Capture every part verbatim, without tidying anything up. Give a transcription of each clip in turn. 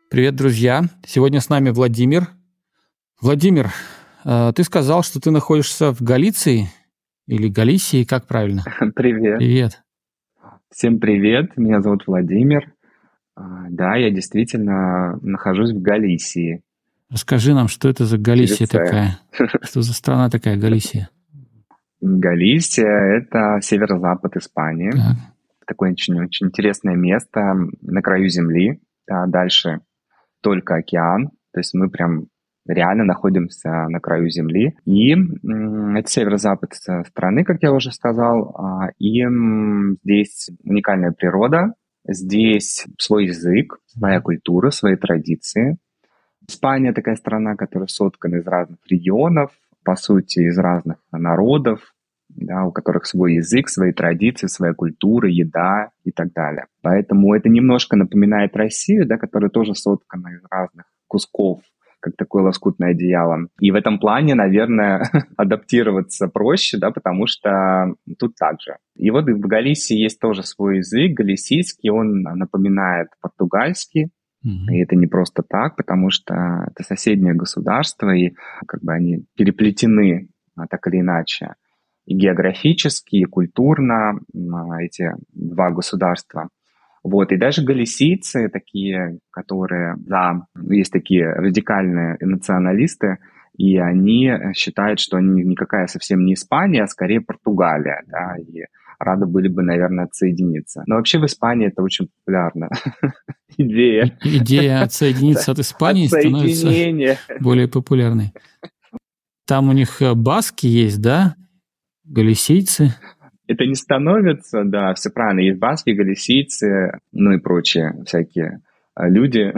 Привет, друзья! Сегодня с нами Владимир. Владимир, э, ты сказал, что ты находишься в Галиции или Галисии, как правильно? Привет. Привет. Всем привет. Меня зовут Владимир. А, Да, я действительно нахожусь в Галисии, Расскажи нам, что это за через Галисия «С». такая? Что за страна такая Галисия? Галисия– это северо-запад Испании. Так. Такое очень-очень интересное место на краю земли. А дальше только океан. То есть мы прям реально находимся на краю земли. И м, это северо-запад с- страны, как я уже сказал. А, И м, здесь уникальная природа. Здесь свой язык, своя Мгм. культура, свои традиции. Испания такая страна, которая соткана из разных регионов, по сути, из разных народов, да, у которых свой язык, свои традиции, своя культура, еда и так далее. Поэтому это немножко напоминает Россию, да, которая тоже соткана из разных кусков, как такое лоскутное одеяло. И в этом плане, наверное, адаптироваться проще, да, потому что тут так же. И вот в Галисии есть тоже свой язык, галисийский, он напоминает португальский, и Мгм. это не просто так, потому что это соседнее государство, и как бы они переплетены а, так или иначе и географически, и культурно, м, а, эти два государства. Вот, и даже галисийцы такие, которые, да, есть такие радикальные националисты, и они э, считают, что они никакая совсем не Испания, а скорее Португалия, да, и рады были бы, наверное, отсоединиться. Но вообще в Испании это очень популярно. Идея И- Идея отсоединиться от Испании становится отсоединения. более популярной. Там у них э, баски есть, да? Галисийцы. Это не становится, да, все правильно. Есть баски, галисийцы, ну и прочие всякие а, люди.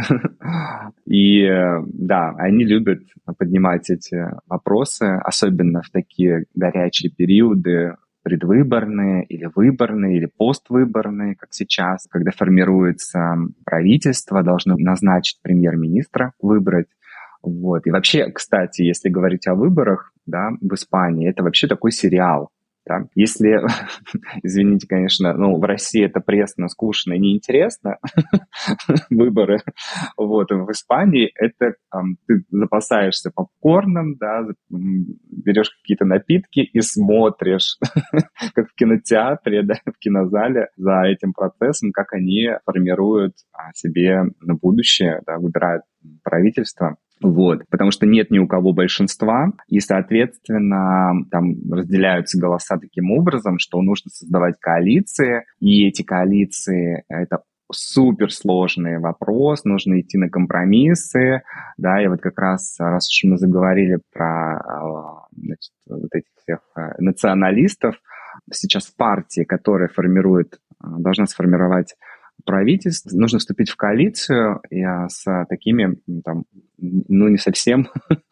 И э, да, они любят поднимать эти вопросы, особенно в такие горячие периоды, предвыборные или выборные, или поствыборные, как сейчас, когда формируется правительство, должны назначить премьер-министра, выбрать. Вот. И вообще, кстати, если говорить о выборах, да, в Испании, это вообще такой сериал. Да. Если, извините, конечно, ну, в России это пресно, скучно и неинтересно, выборы, вот, в Испании это ам, ты запасаешься попкорном, да, м, берешь какие-то напитки и смотришь, как в кинотеатре, да, в кинозале, за этим процессом, как они формируют а, себе на будущее, да, выбирают правительство. Вот, потому что нет ни у кого большинства, и, соответственно, там разделяются голоса таким образом, что нужно создавать коалиции, и эти коалиции — это суперсложный вопрос, нужно идти на компромиссы, да, и вот как раз, раз уж мы заговорили про, а, значит, вот этих всех а, националистов, сейчас партии, которая формирует, а, должна сформировать правительство, нужно вступить в коалицию и, а, с такими, там, ну, не совсем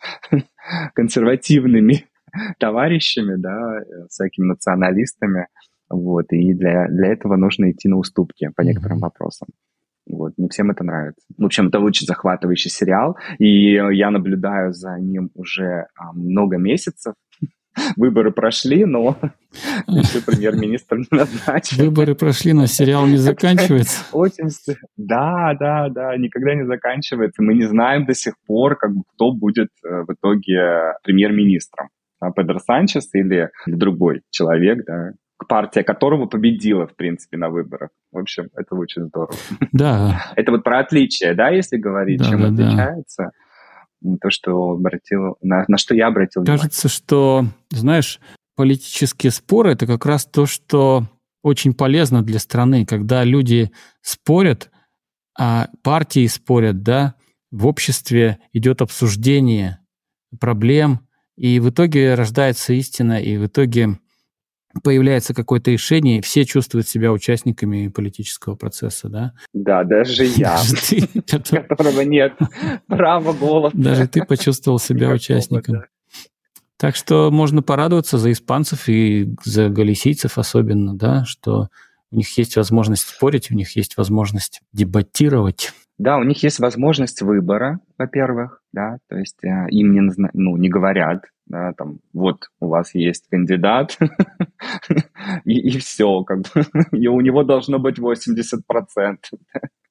консервативными товарищами, да, э, всякими националистами, вот, и для, для этого нужно идти на уступки по некоторым Мгм. вопросам. Вот, не всем это нравится. В общем, это очень захватывающий сериал, и я наблюдаю за ним уже а, много месяцев. Выборы прошли, но еще премьер-министр не назначен. Выборы прошли, но сериал не Это заканчивается. очень... с- Да, да, да, никогда не заканчивается. Мы не знаем до сих пор, как бы, кто будет э, в итоге премьер-министром. А, Педро Санчес или другой человек, да, партия которого победила, в принципе, на выборах. В общем, это очень здорово. Да, Это вот про отличие, да, если говорить, да, чем да, да. отличается, м, то, что обратил, на, на что я обратил внимание. Кажется, что, знаешь, политические споры — это как раз то, что очень полезно для страны, когда люди спорят, а партии спорят, да, в обществе идет обсуждение проблем, и в итоге рождается истина, и в итоге появляется какое-то решение, и все чувствуют себя участниками политического процесса, да. Да, даже я, Даже ты, у который- которого нет права даже голоса ты почувствовал себя никакого, да. участником. Так что можно порадоваться за испанцев и за галисийцев особенно, да, что у них есть возможность спорить, у них есть возможность дебатировать. Да, у них есть возможность выбора, во-первых, да, то есть э, им не, назна- ну, не говорят, да, там, вот у вас есть кандидат, и, и все, как бы, и у него должно быть восемьдесят процентов.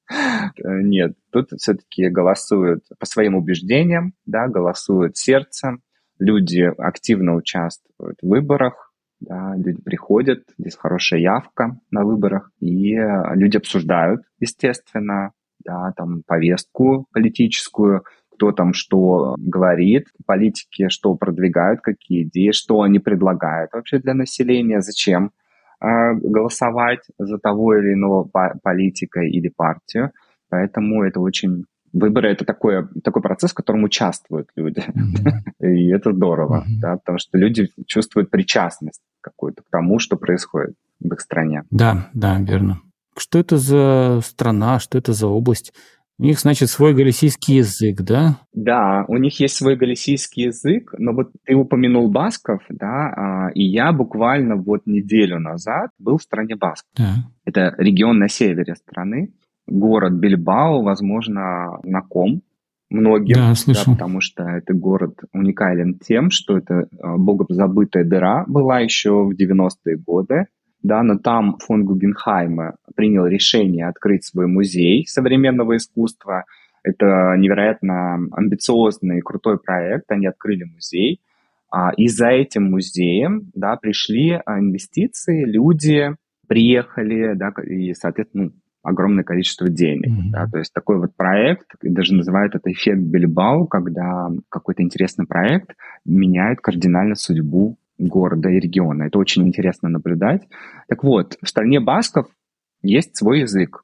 Нет, тут все-таки голосуют по своим убеждениям, да, голосуют сердцем, люди активно участвуют в выборах, да, люди приходят, здесь хорошая явка на выборах, и э, люди обсуждают, естественно, да, там повестку политическую, кто там что говорит, политики что продвигают, какие идеи, что они предлагают вообще для населения, зачем э, голосовать за того или иного по- политика или партию. Поэтому это очень... Выборы — это такой, такой процесс, в котором участвуют люди. Мгм. И это здорово, Мгм. да, потому что люди чувствуют причастность какую-то к тому, что происходит в их стране. Да, да, верно. Что это за страна, что это за область? У них, значит, свой галисийский язык, да? Да, у них есть свой галисийский язык, но вот ты упомянул басков, да, а, и я буквально вот неделю назад был в стране Баск. Да. Это регион на севере страны, город Бильбао, возможно, знаком многим, Да, да, слышал. потому что это город уникален тем, что это а, богом забытая дыра была еще в девяностые годы, да, но там фонд Гугенхайма принял решение открыть свой музей современного искусства. Это невероятно амбициозный и крутой проект, они открыли музей, а, и за этим музеем, да, пришли а, инвестиции, люди приехали, да, и, соответственно, ну, огромное количество денег, да, Мгм. то есть такой вот проект, даже называют это эффект Бильбао, когда какой-то интересный проект меняет кардинально судьбу города и региона. Это очень интересно наблюдать. Так вот, в стране басков есть свой язык,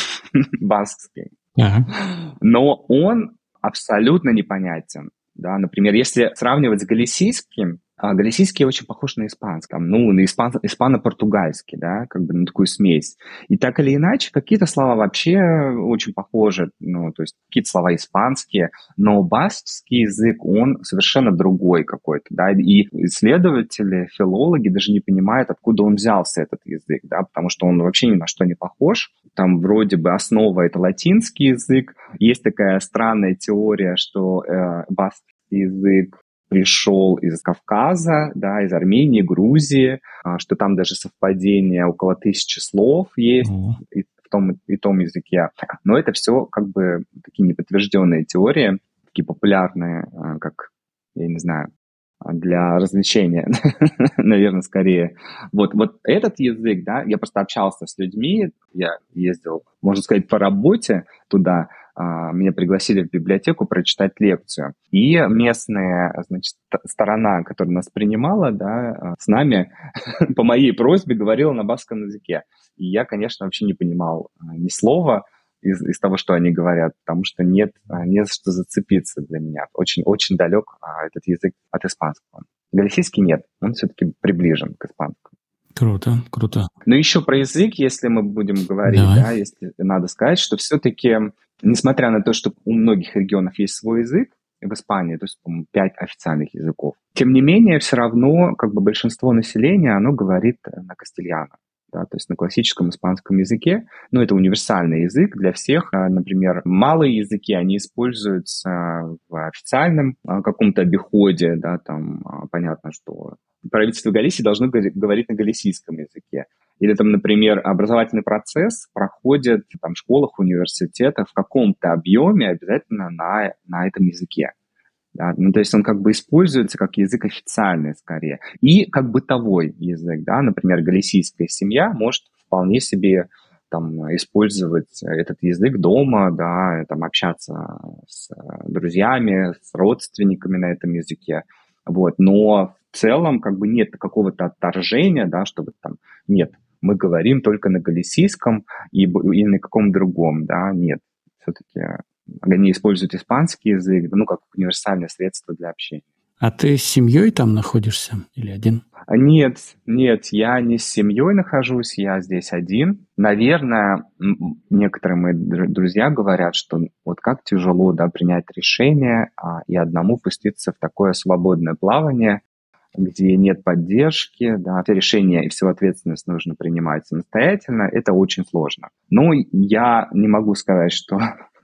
баскский, Так. но он абсолютно непонятен. Да? Например, если сравнивать с галисийским, а галисийский очень похож на испанский, там, ну, на испан- испано-португальский, да, как бы на такую смесь. И так или иначе, какие-то слова вообще очень похожи, ну, то есть какие-то слова испанские, но баскский язык, он совершенно другой какой-то, да, и исследователи, филологи даже не понимают, откуда он взялся, этот язык, да, потому что он вообще ни на что не похож. Там вроде бы основа — это латинский язык. Есть такая странная теория, что э, баскский язык пришел из Кавказа, да, из Армении, Грузии, а, что там даже совпадение около тысячи слов есть О. и в том и том языке. Но это все как бы такие неподтвержденные теории, такие популярные, а, как, я не знаю, а, для развлечения, наверное, скорее. Вот, вот этот язык, да, я просто общался с людьми, я ездил, можно сказать, по работе туда, а, меня пригласили в библиотеку прочитать лекцию. И местная, значит, т- сторона, которая нас принимала, да, а, с нами по моей просьбе говорила на баскском языке. И я, конечно, вообще не понимал а, ни слова из, из того, что они говорят, потому что нет, а, не за что зацепиться для меня. Очень-очень далек а, этот язык от испанского. Галисийский нет, он все-таки приближен к испанскому. Круто, круто. Но еще про язык, если мы будем говорить, Давай. да, если надо сказать, что все-таки, несмотря на то, что у многих регионов есть свой язык, в Испании, то есть, по-моему, пять официальных языков, тем не менее, все равно как бы большинство населения, оно говорит э, на кастильяно, да, то есть на классическом испанском языке. Ну, это универсальный язык для всех. А, Например, малые языки, они используются в официальном а, каком-то обиходе, да, там а, понятно, что правительство Галисии должно говори- говорить на галисийском языке. Или там, например, образовательный процесс проходит там, в школах, университетах в каком-то объеме обязательно на, на этом языке. Да? Ну, то есть он как бы используется как язык официальный скорее. И как бытовой язык. Да? Например, галисийская семья может вполне себе там, использовать этот язык дома, да, там, общаться с друзьями, с родственниками на этом языке. Вот. Но в целом как бы нет какого-то отторжения, да, чтобы там нет, мы говорим только на галисийском и, и на каком другом, да, нет. Все-таки они используют испанский язык, ну, как универсальное средство для общения. А ты с семьей там находишься или один? А Нет, нет, я не с семьей нахожусь, я здесь один. Наверное, м, некоторые мои дру- друзья говорят, что вот как тяжело, да, принять решение а, и одному пуститься в такое свободное плавание, где нет поддержки, да, все решения и всю ответственность нужно принимать самостоятельно, это очень сложно. Ну, я не могу сказать, что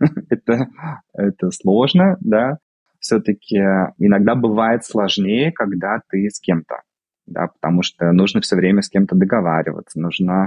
это, это сложно, да, все-таки иногда бывает сложнее, когда ты с кем-то, да, потому что нужно все время с кем-то договариваться, нужно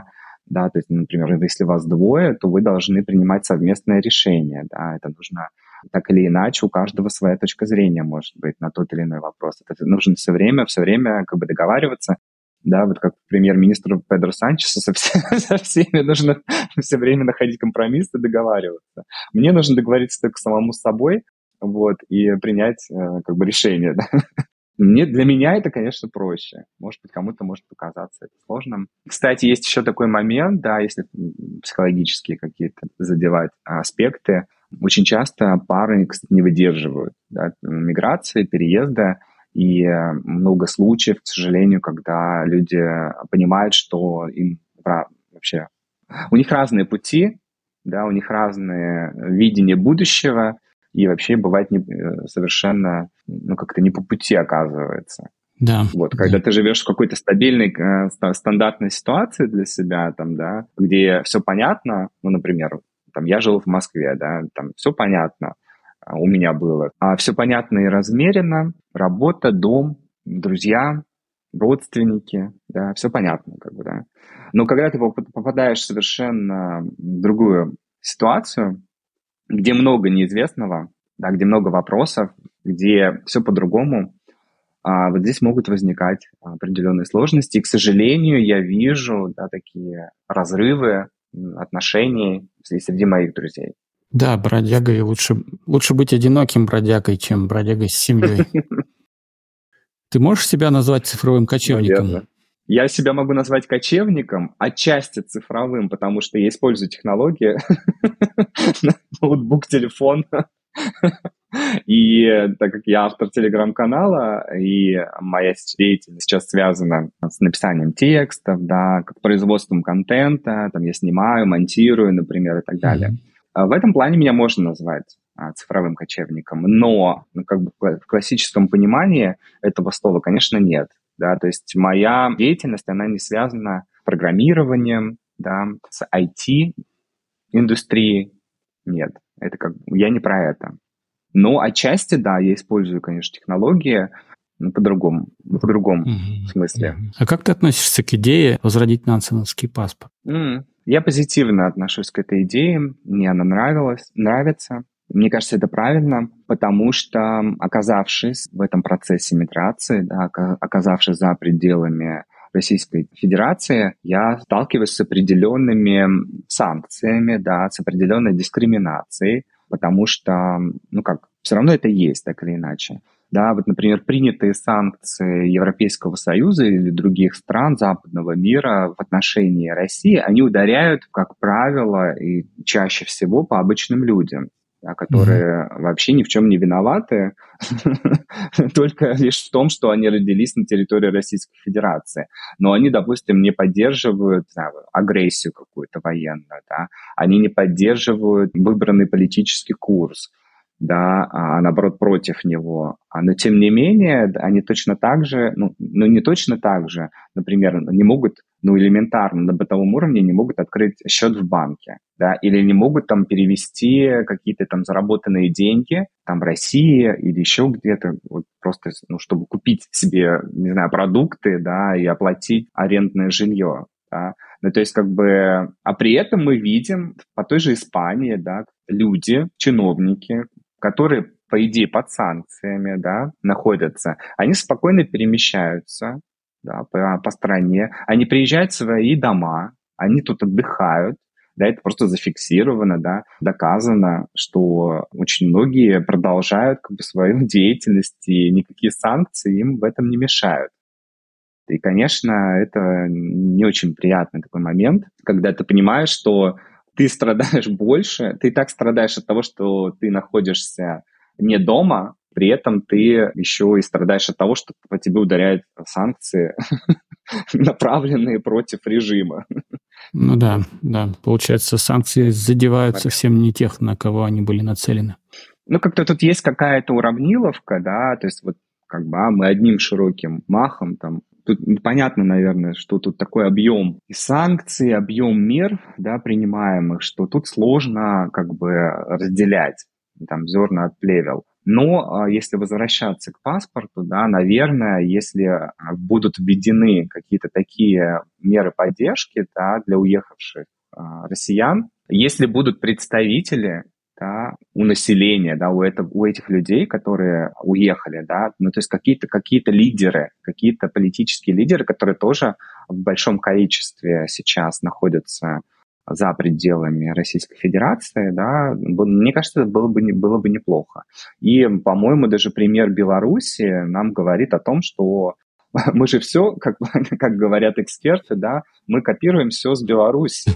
да, то есть, например, если вас двое, то вы должны принимать совместное решение, да, это нужно так или иначе, у каждого своя точка зрения может быть на тот или иной вопрос. Это нужно все время, все время как бы договариваться, да, вот как премьер-министру Педро Санчесу со, все, со всеми нужно все время находить компромисс и договариваться. Мне нужно договориться только самому с собой, вот, и принять как бы решение, да. Мне, для меня это, конечно, проще. Может быть, кому-то может показаться это сложным. Кстати, есть еще такой момент, да, если психологические какие-то задевать аспекты, очень часто пары, кстати, не выдерживают, да, миграции, переезда, и много случаев, к сожалению, когда люди понимают, что им вообще... У них разные пути, да, у них разные видения будущего, и вообще бывает не, совершенно, ну, как-то не по пути оказывается. Да. Вот, когда да. ты живешь в какой-то стабильной, э, стандартной ситуации для себя, там, да, где все понятно, ну, например, там, я жил в Москве, да, там все понятно у меня было, а все понятно и размеренно, работа, дом, друзья, родственники, да, все понятно, как бы, да. Но когда ты попадаешь совершенно в другую ситуацию, где много неизвестного, да, где много вопросов, где все по-другому, а вот здесь могут возникать определенные сложности. И, к сожалению, я вижу, да, такие разрывы отношений среди моих друзей. Да, бродягой лучше, лучше быть одиноким бродягой, чем бродягой с семьей. Ты можешь себя назвать цифровым кочевником? Наверное. Я себя могу назвать кочевником, отчасти цифровым, потому что я использую технологии, ноутбук, телефон. И так как я автор телеграм-канала, и моя деятельность сейчас связана с написанием текстов, да, производством контента, там я снимаю, монтирую, например, и так далее. Mm-hmm. В этом плане меня можно назвать а, цифровым кочевником, но ну, как бы в классическом понимании этого слова, конечно, нет. Да, то есть моя деятельность, она не связана с программированием, да, с ай ти-индустрией. Нет, это как я не про это. Но отчасти, да, я использую, конечно, технологии, но по-другому, в другом mm-hmm. смысле. Mm-hmm. А как ты относишься к идее возродить национальный паспорт? Mm. Я позитивно отношусь к этой идее, мне она нравилась, нравится. Мне кажется, это правильно, потому что, оказавшись в этом процессе миграции, да, оказавшись за пределами Российской Федерации, я сталкиваюсь с определенными санкциями, да, с определенной дискриминацией, потому что, ну как, все равно это есть, так или иначе. Да, вот, например, принятые санкции Европейского Союза или других стран западного мира в отношении России, они ударяют, как правило, и чаще всего по обычным людям, да, которые mm-hmm. вообще ни в чем не виноваты, только лишь в том, что они родились на территории Российской Федерации. Но они, допустим, не поддерживают знаю, агрессию какую-то военную, да, они не поддерживают выбранный политический курс, да, а наоборот против него. Но тем не менее, они точно так же, ну, ну не точно так же, например, не могут, ну элементарно на бытовом уровне не могут открыть счет в банке, да, или не могут там перевести какие-то там заработанные деньги там в России или еще где-то, вот просто, ну, чтобы купить себе, не знаю, продукты, да, и оплатить арендное жилье, да. Ну, то есть, как бы, а при этом мы видим по той же Испании, да, люди, чиновники, которые, по идее, под санкциями, да, находятся, они спокойно перемещаются, да, по, по стране, они приезжают в свои дома, они тут отдыхают, да, это просто зафиксировано, да, доказано, что очень многие продолжают как бы свою деятельность, и никакие санкции им в этом не мешают. И, конечно, это не очень приятный такой момент, когда ты понимаешь, что ты страдаешь больше, ты и так страдаешь от того, что ты находишься не дома, при этом ты еще и страдаешь от того, что по тебе ударяют санкции, направленные против режима. Ну да, да, получается, санкции задевают совсем не тех, на кого они были нацелены. Ну, как-то тут есть какая-то уравниловка, да, то есть вот как бы а, мы одним широким махом там. Тут непонятно, наверное, что тут такой объем и санкций, объем мер, да, принимаемых, что тут сложно как бы разделять там зерна от плевел. Но если возвращаться к паспорту, да, наверное, если будут введены какие-то такие меры поддержки, да, для уехавших россиян, если будут представители, да, у населения, да, у, этого, у этих людей, которые уехали, да, ну, то есть какие-то, какие-то лидеры, какие-то политические лидеры, которые тоже в большом количестве сейчас находятся за пределами Российской Федерации, да, мне кажется, это было бы, не, было бы неплохо. И, по-моему, даже пример Беларуси нам говорит о том, что мы же все, как, как говорят эксперты, да, мы копируем все с Беларуси.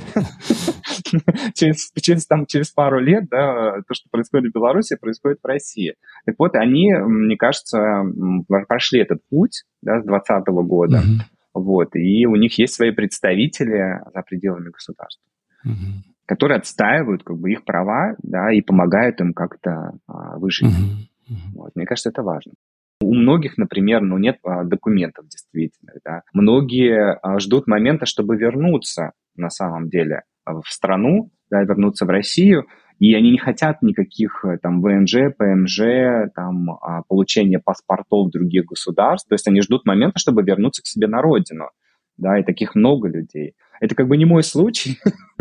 Через, через, там, через пару лет, да, то, что происходит в Беларуси, происходит в России. Так вот, они, мне кажется, прошли этот путь, да, с двадцатого года, mm-hmm. вот, и у них есть свои представители за пределами государства, mm-hmm. которые отстаивают, как бы, их права, да, и помогают им как-то а, выжить. Mm-hmm. Mm-hmm. Вот, мне кажется, это важно. У многих, например, ну, нет а, документов действительно, да. Многие а, ждут момента, чтобы вернуться на самом деле в страну, да, вернуться в Россию, и они не хотят никаких там вэ эн жэ, пэ эм жэ, там, получения паспортов других государств, то есть они ждут момента, чтобы вернуться к себе на родину, да, и таких много людей. Это как бы не мой случай,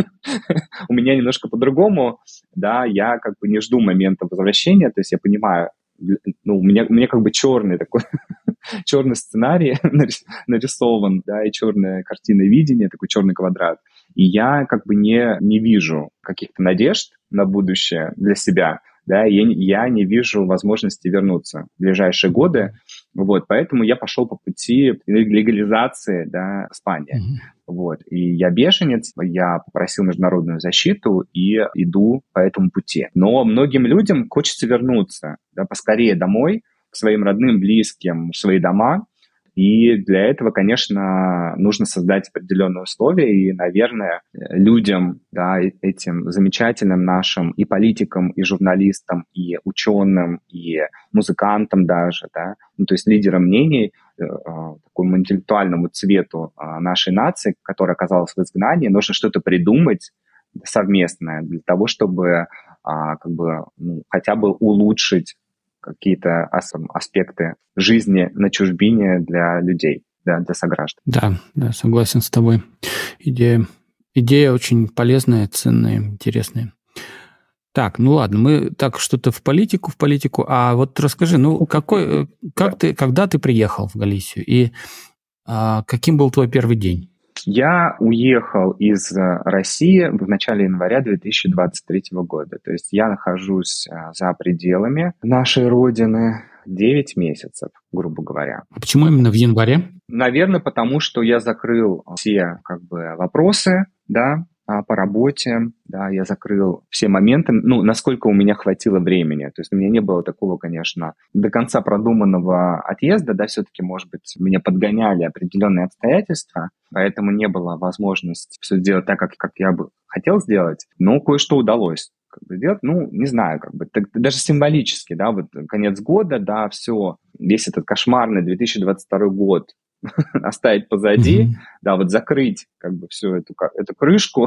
у меня немножко по-другому, да, я как бы не жду момента возвращения, то есть я понимаю, ну, у меня, у меня как бы черный такой, черный сценарий нарисован, да, и черная картина видения, такой черный квадрат. И я как бы не, не вижу каких-то надежд на будущее для себя, да, я, я не вижу возможности вернуться в ближайшие годы, вот, поэтому я пошел по пути легализации, да, в Испании, mm-hmm. вот, и я беженец, я попросил международную защиту и иду по этому пути. Но многим людям хочется вернуться, да, поскорее домой, к своим родным, близким, в свои дома. И для этого, конечно, нужно создать определенные условия. И, наверное, людям, да, этим замечательным нашим и политикам, и журналистам, и ученым, и музыкантам даже, да, ну, то есть лидерам мнений, такому интеллектуальному цвету нашей нации, которая оказалась в изгнании, нужно что-то придумать совместное для того, чтобы как бы, ну, хотя бы улучшить какие-то аспекты жизни на чужбине для людей, да, для сограждан. Да, да, согласен с тобой. Идея, идея очень полезная, ценная, интересная. Так, ну ладно, мы так что-то в политику, в политику. А вот расскажи, ну какой, как ты, когда ты приехал в Галисию и а, каким был твой первый день? Я уехал из России в начале января две тысячи двадцать третьего года. То есть я нахожусь за пределами нашей родины девять месяцев, грубо говоря. А почему именно в январе? Наверное, потому что я закрыл все как бы вопросы, да, по работе, да, я закрыл все моменты, ну, насколько у меня хватило времени. То есть у меня не было такого, конечно, до конца продуманного отъезда, да, все-таки, может быть, меня подгоняли определенные обстоятельства, поэтому не было возможности все сделать так, как, как я бы хотел сделать, но кое-что удалось как бы сделать, ну, не знаю, как бы, так, даже символически, да, вот конец года, да, все, весь этот кошмарный две тысячи двадцать второй год оставить позади, mm-hmm. да, вот закрыть как бы всю эту, эту крышку,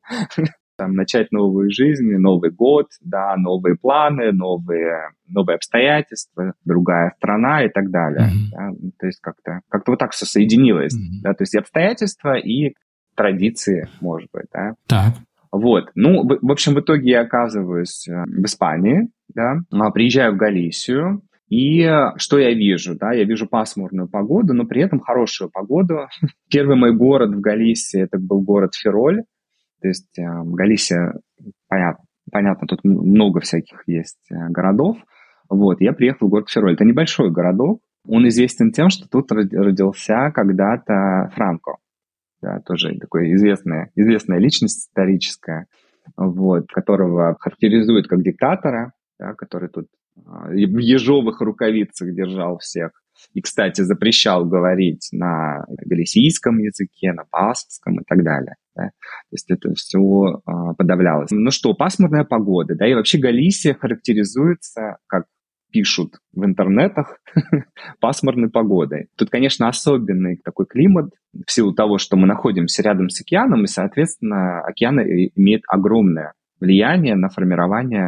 там, начать новую жизнь, Новый год, да, новые планы, новые, новые обстоятельства, другая страна и так далее. Mm-hmm. Да, то есть как-то, как-то вот так все соединилось, mm-hmm. да, то есть и обстоятельства, и традиции, может быть, да. Так. Вот, ну, в, в общем, в итоге я оказываюсь в Испании, да, приезжаю в Галисию. И что я вижу? Да? Я вижу пасмурную погоду, но при этом хорошую погоду. Первый мой город в Галисии, это был город Фероль. То есть э, Галисия, понятно, понятно, тут много всяких есть городов. Вот, я приехал в город Фероль. Это небольшой городок. Он известен тем, что тут родился когда-то Франко. Да, тоже такой известная, известная личность историческая, вот, которого характеризуют как диктатора, да, который тут в ежовых рукавицах держал всех. И, кстати, запрещал говорить на галисийском языке, на баскском и так далее. Да? То есть это все а, подавлялось. Ну что, пасмурная погода, да, и вообще Галисия характеризуется, как пишут в интернетах, пасмурной погодой. Тут, конечно, особенный такой климат в силу того, что мы находимся рядом с океаном, и, соответственно, океан имеет огромное влияние на формирование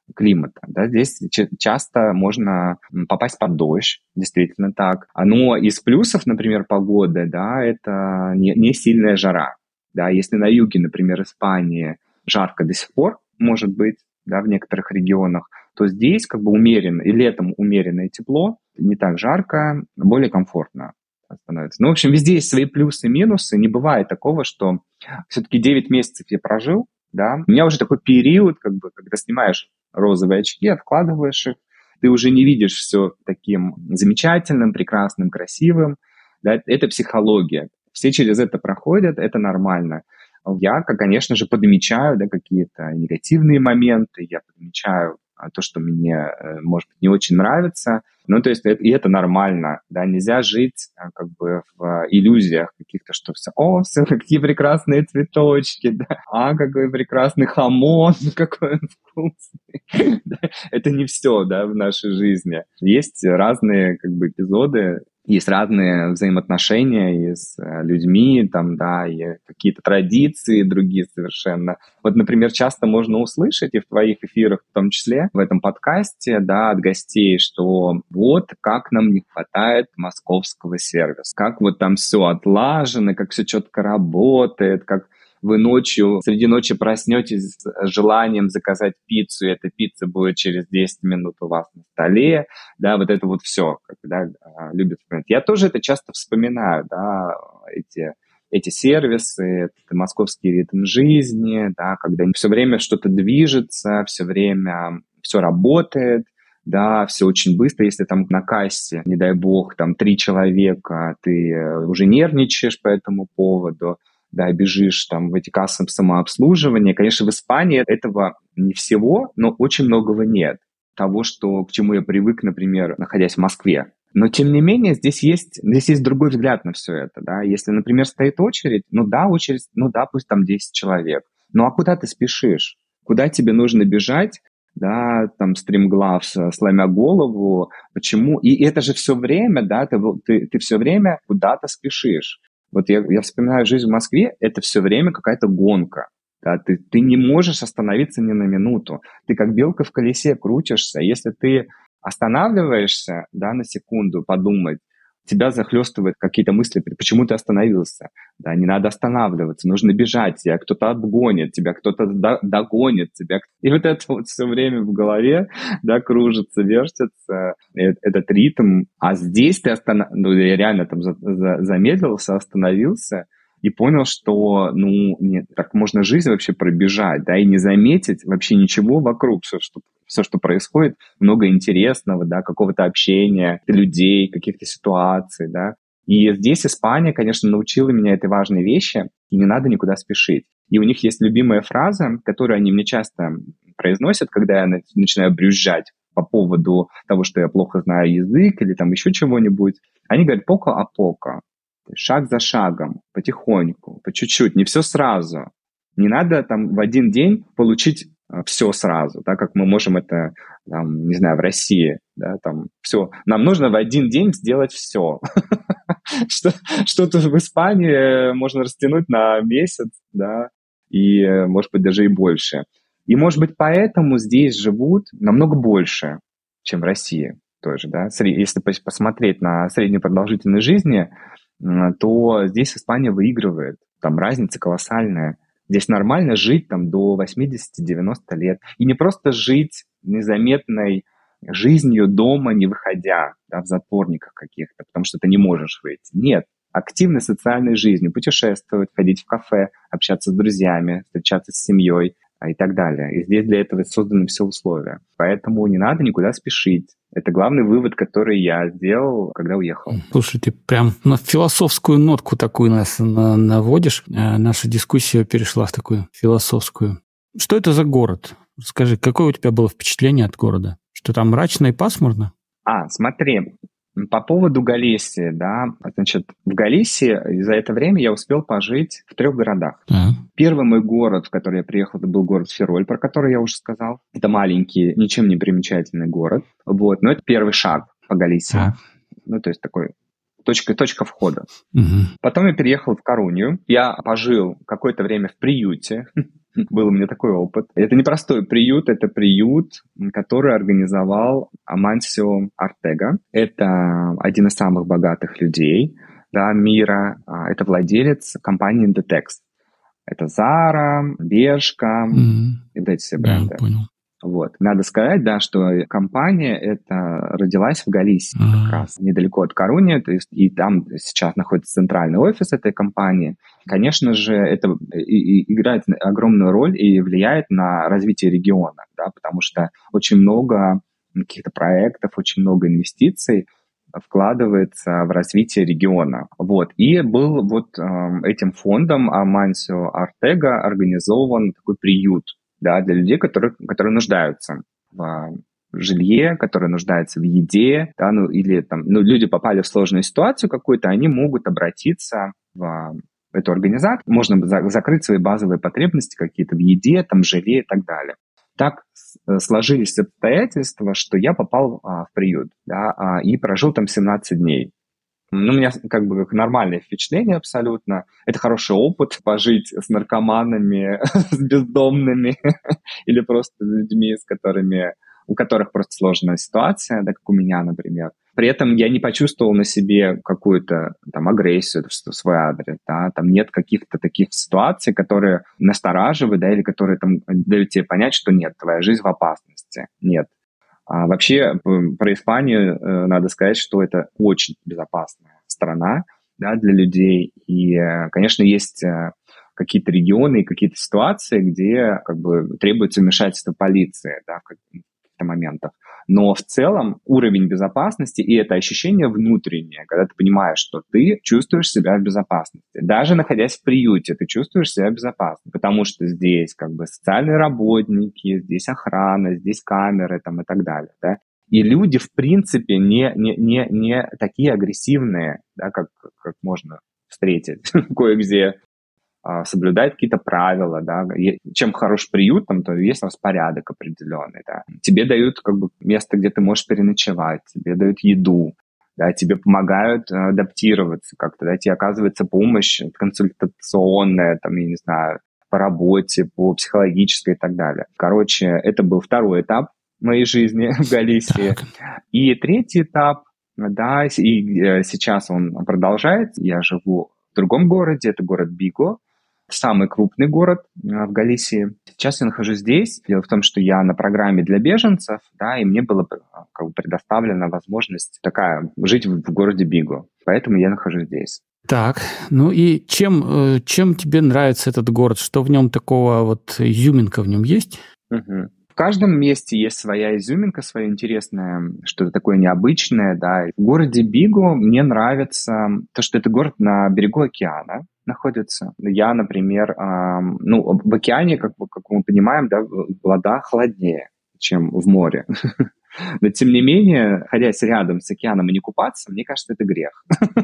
климата. Да? Здесь ч- часто можно попасть под дождь, действительно так. Но из плюсов, например, погоды, да, это не, не сильная жара. Да? Если на юге, например, Испании жарко до сих пор, может быть, да, в некоторых регионах, то здесь как бы умеренно, и летом умеренное тепло, не так жарко, более комфортно становится. Ну, в общем, везде есть свои плюсы и минусы. Не бывает такого, что все-таки девять месяцев я прожил, да, у меня уже такой период, как бы, когда снимаешь розовые очки, откладываешь их, ты уже не видишь все таким замечательным, прекрасным, красивым, да, это психология. Все через это проходят, это нормально. Я, конечно же, подмечаю, да, какие-то негативные моменты, я подмечаю то, что мне, может быть, не очень нравится. Ну, то есть, это, и это нормально, да, нельзя жить как бы в иллюзиях каких-то, что все, о, все, какие прекрасные цветочки, да, а, какой прекрасный хамон, какой он вкусный. Это не все, да, в нашей жизни. Есть разные, как бы, эпизоды, есть разные взаимоотношения и с людьми, там, да, и какие-то традиции другие совершенно. Вот, например, часто можно услышать, и в твоих эфирах в том числе, в этом подкасте, да, от гостей, что вот как нам не хватает московского сервиса, как вот там все отлажено, как все четко работает, как вы ночью, среди ночи проснетесь с желанием заказать пиццу, и эта пицца будет через десять минут у вас на столе, да, вот это вот все, как, да, любят вспоминать. Я тоже это часто вспоминаю, да, эти, эти сервисы, этот московский ритм жизни, да, когда все время что-то движется, все время все работает, да, все очень быстро. Если там на кассе, не дай бог, там три человека, ты уже нервничаешь по этому поводу, да, бежишь там в эти кассы самообслуживания. Конечно, в Испании этого не всего, но очень многого нет. Того, что, к чему я привык, например, находясь в Москве. Но, тем не менее, здесь есть, здесь есть другой взгляд на все это, да. Если, например, стоит очередь, ну да, очередь, ну да, пусть там десять человек. Ну а куда ты спешишь? Куда тебе нужно бежать? Да, там, стримглав, сломя голову, почему? И это же все время, да, ты, ты, ты все время куда-то спешишь. Вот я, я вспоминаю жизнь в Москве, это все время какая-то гонка. Да, ты, ты не можешь остановиться ни на минуту. Ты как белка в колесе крутишься. Если ты останавливаешься, да, на секунду подумать, тебя захлестывают какие-то мысли, почему ты остановился. Да, не надо останавливаться, нужно бежать, тебя кто-то обгонит, тебя кто-то до, догонит, тебя... И вот это вот все время в голове, да, кружится, вертится, этот ритм. А здесь ты останов... ну, я реально там за, за, замедлился, остановился и понял, что, ну, нет, так можно жизнь вообще пробежать, да, и не заметить вообще ничего вокруг, все, что все, что происходит, много интересного, да, какого-то общения, людей, каких-то ситуаций, да. И здесь Испания, конечно, научила меня этой важной вещи, и не надо никуда спешить. И у них есть любимая фраза, которую они мне часто произносят, когда я начинаю брюзжать по поводу того, что я плохо знаю язык или там еще чего-нибудь. Они говорят «поко а поко», шаг за шагом, потихоньку, по чуть-чуть, не все сразу. Не надо там в один день получить все сразу, да, как мы можем это, там, не знаю, в России, да, там, все. Нам нужно в один день сделать все. Что-то в Испании можно растянуть на месяц, да, и, может быть, даже и больше. И, может быть, поэтому здесь живут намного больше, чем в России тоже, да. Если посмотреть на среднюю продолжительность жизни, то здесь Испания выигрывает, там разница колоссальная. Здесь нормально жить там до восемьдесят-девяносто лет. И не просто жить незаметной жизнью дома, не выходя, да, в затворниках каких-то, потому что ты не можешь выйти. Нет, активной социальной жизнью, путешествовать, ходить в кафе, общаться с друзьями, встречаться с семьей и так далее. И здесь для этого созданы все условия. Поэтому не надо никуда спешить. Это главный вывод, который я сделал, когда уехал. Слушай, ты прям на философскую нотку такую нас наводишь. Наша дискуссия перешла в такую философскую. Что это за город? Скажи, какое у тебя было впечатление от города? Что там мрачно и пасмурно? А, смотри, по поводу Галисии, да, значит, в Галисии за это время я успел пожить в трех городах. А. Первый мой город, в который я приехал, это был город Фероль, про который я уже сказал. Это маленький, ничем не примечательный город, вот, но это первый шаг по Галисии. А. Ну, то есть такой точка, точка входа. Угу. Потом я переехал в Корунью. Я пожил какое-то время в приюте. Был у меня такой опыт. Это не простой приют, это приют, который организовал Амансио Ортега. Это один из самых богатых людей, да, мира. Это владелец компании Inditex. Это Zara, Bershka, Mm-hmm. и вот эти все бренды. Я понял. Вот. Надо сказать, да, что компания эта родилась в Галисии, А-а-а. как раз, недалеко от Коруньи, то есть и там сейчас находится центральный офис этой компании. Конечно же, это и, и играет огромную роль и влияет на развитие региона, да, потому что очень много каких-то проектов, очень много инвестиций вкладывается в развитие региона. Вот. И был вот э, этим фондом Амансио Ортега организован такой приют, да, для людей, которые, которые нуждаются в жилье, которые нуждаются в еде, да, ну, или там, ну, люди попали в сложную ситуацию какую-то, они могут обратиться в эту организацию, можно за- закрыть свои базовые потребности какие-то в еде, там, жилье и так далее. Так сложились обстоятельства, что я попал а, в приют, да, а, и прожил там семнадцать дней. Ну, у меня как бы нормальное впечатление абсолютно. Это хороший опыт пожить с наркоманами, с бездомными или просто с людьми, с которыми, у которых просто сложная ситуация, да, как у меня, например. При этом я не почувствовал на себе какую-то там агрессию в свой адрес, да, там нет каких-то таких ситуаций, которые настораживают, да, или которые там дают тебе понять, что нет, твоя жизнь в опасности. Нет. А вообще про Испанию э, надо сказать, что это очень безопасная страна, да, для людей. И, э, конечно, есть э, какие-то регионы и какие-то ситуации, где как бы требуется вмешательство полиции, да, в каких-то моментах. Но в целом уровень безопасности и это ощущение внутреннее, когда ты понимаешь, что ты чувствуешь себя в безопасности. Даже находясь в приюте, ты чувствуешь себя безопасно, потому что здесь как бы социальные работники, здесь охрана, здесь камеры там, и так далее. Да? И люди, в принципе, не, не, не, не такие агрессивные, да, как, как можно встретить кое-где. Соблюдают какие-то правила, да, чем хорош приют, там, то есть распорядок определенный, да. Тебе дают как бы место, где ты можешь переночевать, тебе дают еду, да, тебе помогают адаптироваться как-то, да, тебе оказывается помощь консультационная, там, я не знаю, по работе, по психологической и так далее. Короче, это был второй этап моей жизни в Галисии. Так. И третий этап, да, и сейчас он продолжается, я живу в другом городе, это город Биго, самый крупный город в Галисии. Сейчас я нахожусь здесь. Дело в том, что я на программе для беженцев, да, и мне была как бы предоставлена возможность такая жить в, в городе Биго. Поэтому я нахожусь здесь. Так, ну и чем, чем тебе нравится этот город? Что в нем такого, вот изюминка в нем есть? Угу. В каждом месте есть своя изюминка, свое интересное, что-то такое необычное, да. В городе Биго мне нравится то, что это город на берегу океана находится. Я, например, эм, ну, в океане, как, как мы понимаем, да, вода холоднее, чем в море. Но, тем не менее, находясь рядом с океаном и не купаться, мне кажется, это грех.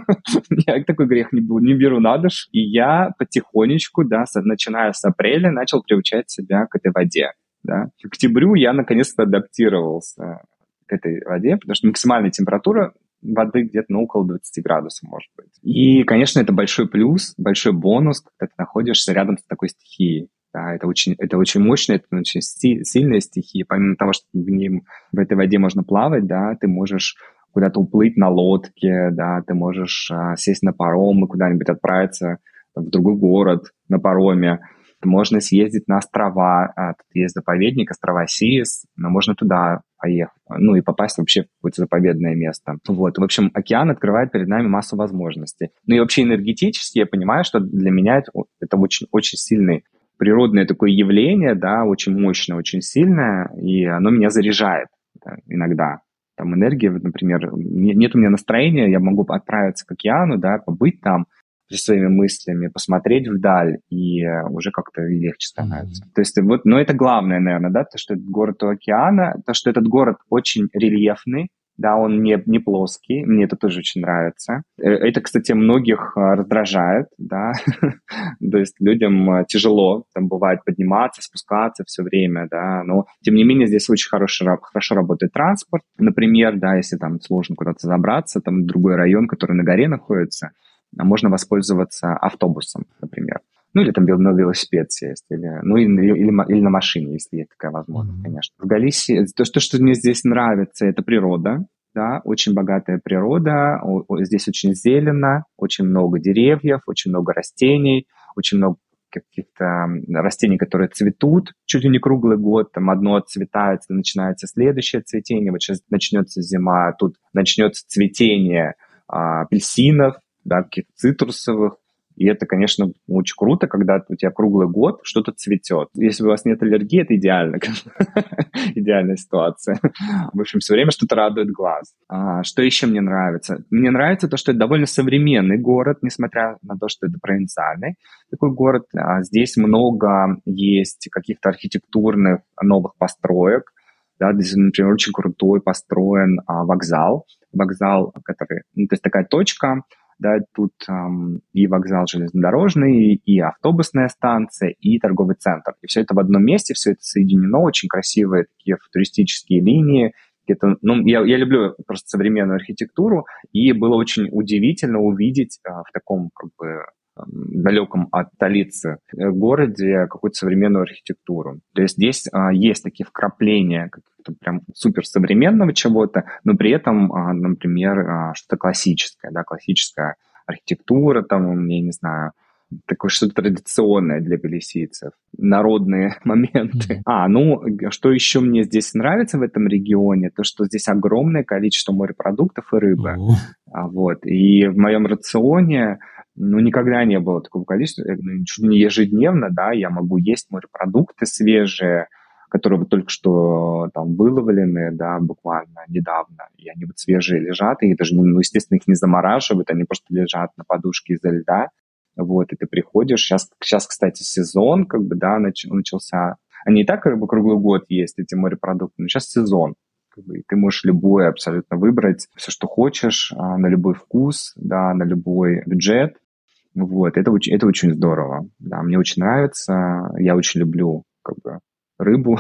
Я такой грех не, не беру на душу. И я потихонечку, да, начиная с апреля, начал приучать себя к этой воде. Да. К октябрю я наконец-то адаптировался к этой воде, потому что максимальная температура воды где-то ну, около двадцать градусов, может быть. И, конечно, это большой плюс, большой бонус, когда ты находишься рядом с такой стихией. Да, это очень, это очень мощная, это очень сильная стихия. Помимо того, что в, ней, в этой воде можно плавать, да, ты можешь куда-то уплыть на лодке, да, ты можешь а, сесть на паром и куда-нибудь отправиться в другой город на пароме. Можно съездить на острова, а, тут есть заповедник, острова Сиес, но можно туда поехать, ну и попасть вообще в какое-то заповедное место. Вот, в общем, океан открывает перед нами массу возможностей. Ну и вообще энергетически я понимаю, что для меня это, это очень, очень сильный природное такое явление, да, очень мощное, очень сильное, и оно меня заряжает, да, иногда. Там энергия, например, нет у меня настроения, я могу отправиться к океану, да, побыть там, своими мыслями, посмотреть вдаль, и уже как-то легче становится. Mm-hmm. То есть вот, но это главное, наверное, да, то, что этот город у океана, то, что этот город очень рельефный, да, он не, не плоский, мне это тоже очень нравится. Э, Это, кстати, многих а, раздражает, да, то есть людям а, тяжело, там бывает подниматься, спускаться все время, да, но тем не менее здесь очень хороший, ра- хорошо работает транспорт, например, да, если там сложно куда-то забраться, там другой район, который на горе находится, а можно воспользоваться автобусом, например. Ну, или там вел- на велосипед сесть, или, ну, или, или, ма- или на машине, если есть такая возможность, Мгм. конечно. В Галисии, то, что, что мне здесь нравится, это природа, да, очень богатая природа, о- о- здесь очень зелено, очень много деревьев, очень много растений, очень много каких-то м, растений, которые цветут чуть ли не круглый год, там одно отцветает, начинается следующее цветение, вот сейчас начнется зима, тут начнется цветение а, апельсинов, да, каких-то цитрусовых, и это, конечно, очень круто, когда у тебя круглый год что-то цветет. Если у вас нет аллергии, это идеально. Идеальная ситуация. В общем, все время что-то радует глаз. А, что еще мне нравится? Мне нравится то, что это довольно современный город, несмотря на то, что это провинциальный такой город. А, здесь много есть каких-то архитектурных новых построек. Да, здесь, например, очень крутой построен а, вокзал. Вокзал, который, ну, то есть такая точка, да, тут ам, и вокзал железнодорожный, и автобусная станция, и торговый центр. И все это в одном месте, все это соединено, очень красивые такие туристические линии. Это, ну, я, я люблю просто современную архитектуру, и было очень удивительно увидеть а, в таком как бы ам, далеком от столицы э, городе какую-то современную архитектуру. То есть здесь а, есть такие вкрапления каких-то прям суперсовременного чего-то, но при этом, а, например, а, что-то классическое, да, классическая архитектура, там, я не знаю, такое что-то традиционное для галисийцев, народные моменты. Мгм. А, ну, что еще мне здесь нравится в этом регионе, то, что здесь огромное количество морепродуктов и рыбы. О, А, вот. И в моем рационе, ну, никогда не было такого количества, э, ну, чуть ли не ежедневно, да, я могу есть морепродукты свежие, которые вот только что там выловлены, да, буквально недавно, и они вот свежие лежат, и даже, ну, естественно, их не замораживают, они просто лежат на подушке из-за льда, вот, и ты приходишь, сейчас, сейчас, кстати, сезон, как бы, да, нач- начался, они и так как бы круглый год есть, эти морепродукты, но сейчас сезон, как бы, и ты можешь любое абсолютно выбрать, все, что хочешь, а, на любой вкус, да, на любой бюджет, вот, это очень, это очень здорово, да, мне очень нравится, я очень люблю, как бы, рыбу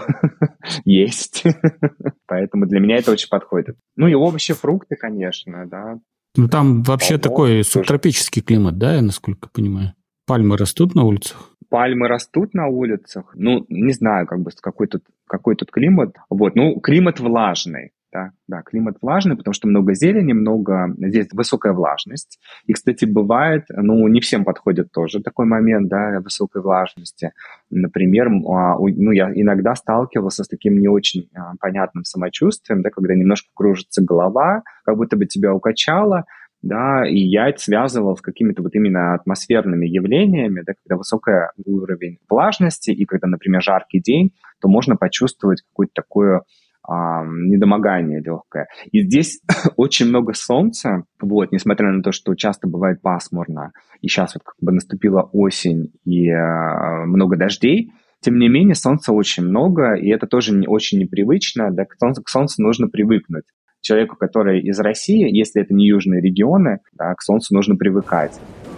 есть, поэтому для меня это очень подходит. Ну и овощи, фрукты, конечно, да, ну там вообще полно такой тоже. субтропический климат, да, я насколько понимаю? Пальмы растут на улицах? Пальмы растут на улицах, ну, не знаю, как бы, с какой тут, какой тут климат. Вот, ну, климат влажный, да, да, климат влажный, потому что много зелени, много, здесь высокая влажность. И, кстати, бывает, ну, не всем подходит тоже такой момент, да, высокой влажности. Например, а, у- ну, я иногда сталкивался с таким не очень а, понятным самочувствием, да, когда немножко кружится голова, как будто бы тебя укачало, да, и я это связывал с какими-то вот именно атмосферными явлениями, да, когда высокий уровень влажности и когда, например, жаркий день, то можно почувствовать какое-то такое а, недомогание легкое. И здесь очень много солнца, вот, несмотря на то, что часто бывает пасмурно, и сейчас вот как бы наступила осень и а, много дождей, тем не менее солнца очень много, и это тоже не, очень непривычно, да, к солнцу, к солнцу нужно привыкнуть. Человеку, который из России, если это не южные регионы, да, к солнцу нужно привыкать.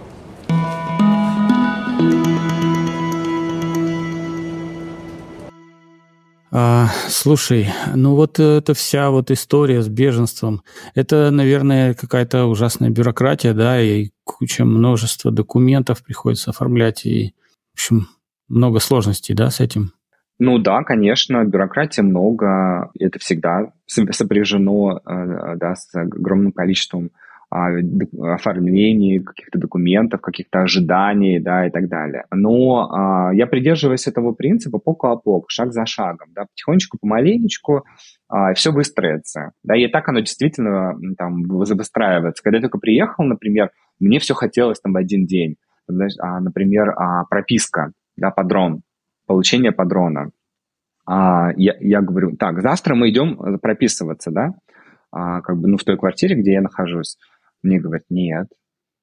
А, слушай, ну вот эта вся вот история с беженством, это, наверное, какая-то ужасная бюрократия, да, и куча множества документов приходится оформлять, и, в общем, много сложностей, да, с этим? Ну да, конечно, бюрократии много, это всегда со- сопряжено э, да, с огромным количеством а, д- оформлений, каких-то документов, каких-то ожиданий, да, и так далее. Но а, я придерживаюсь этого принципа поко-о-поко, шаг за шагом, да, потихонечку, помаленечку, все выстроится. Да, и так оно действительно м, там выстраивается. Когда я только приехал, например, мне все хотелось там в один день. Знаешь, а, например, а, прописка, да, падрон, получение падрона. А, я, я говорю, так, завтра мы идем э, прописываться, да, а, как бы, ну, в той квартире, где я нахожусь. Мне говорят, нет,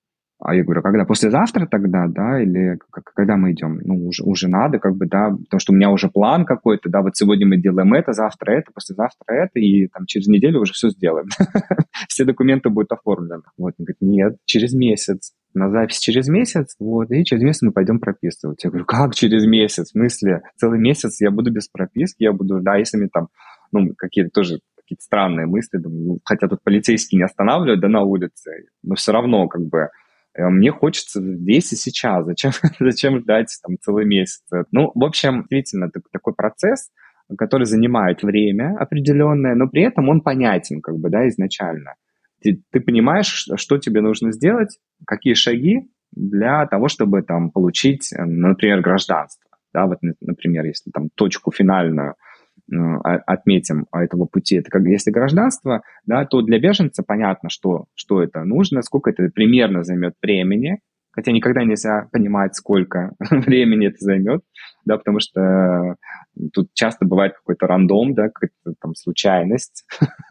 А я говорю: "А когда? Послезавтра тогда, да, или к когда мы идем?" Ну, уже уже надо, как бы, да, потому что у меня уже план какой-то, да, вот сегодня мы делаем это, завтра это, послезавтра это, и там через неделю уже все сделаем. Все документы будут оформлены. Вот, он говорит: "Нет, через месяц. На запись через месяц, вот, и через месяц мы пойдем прописывать". Я говорю: "Как через месяц? В смысле? Целый месяц я буду без прописки, я буду, да, если мне там, ну, какие-то тоже какие-то странные мысли, думаю, ну, хотя тут полицейские не останавливают, да, на улице, но все равно, как бы, э, мне хочется здесь и сейчас. Зачем, зачем ждать там целый месяц? Ну, в общем, действительно, так- такой процесс, который занимает время определенное, но при этом он понятен, как бы, да, изначально. Ты, ты понимаешь, что, что тебе нужно сделать, какие шаги для того, чтобы там получить, э, например, гражданство. Да, вот, н- например, если там точку финальную э, а- отметим а, этого пути, это как если гражданство, да, то для беженца понятно, что, что это нужно, сколько это примерно займет времени, хотя никогда нельзя понимать, сколько времени это займет, да, потому что тут часто бывает какой-то рандом, да, какая-то там случайность,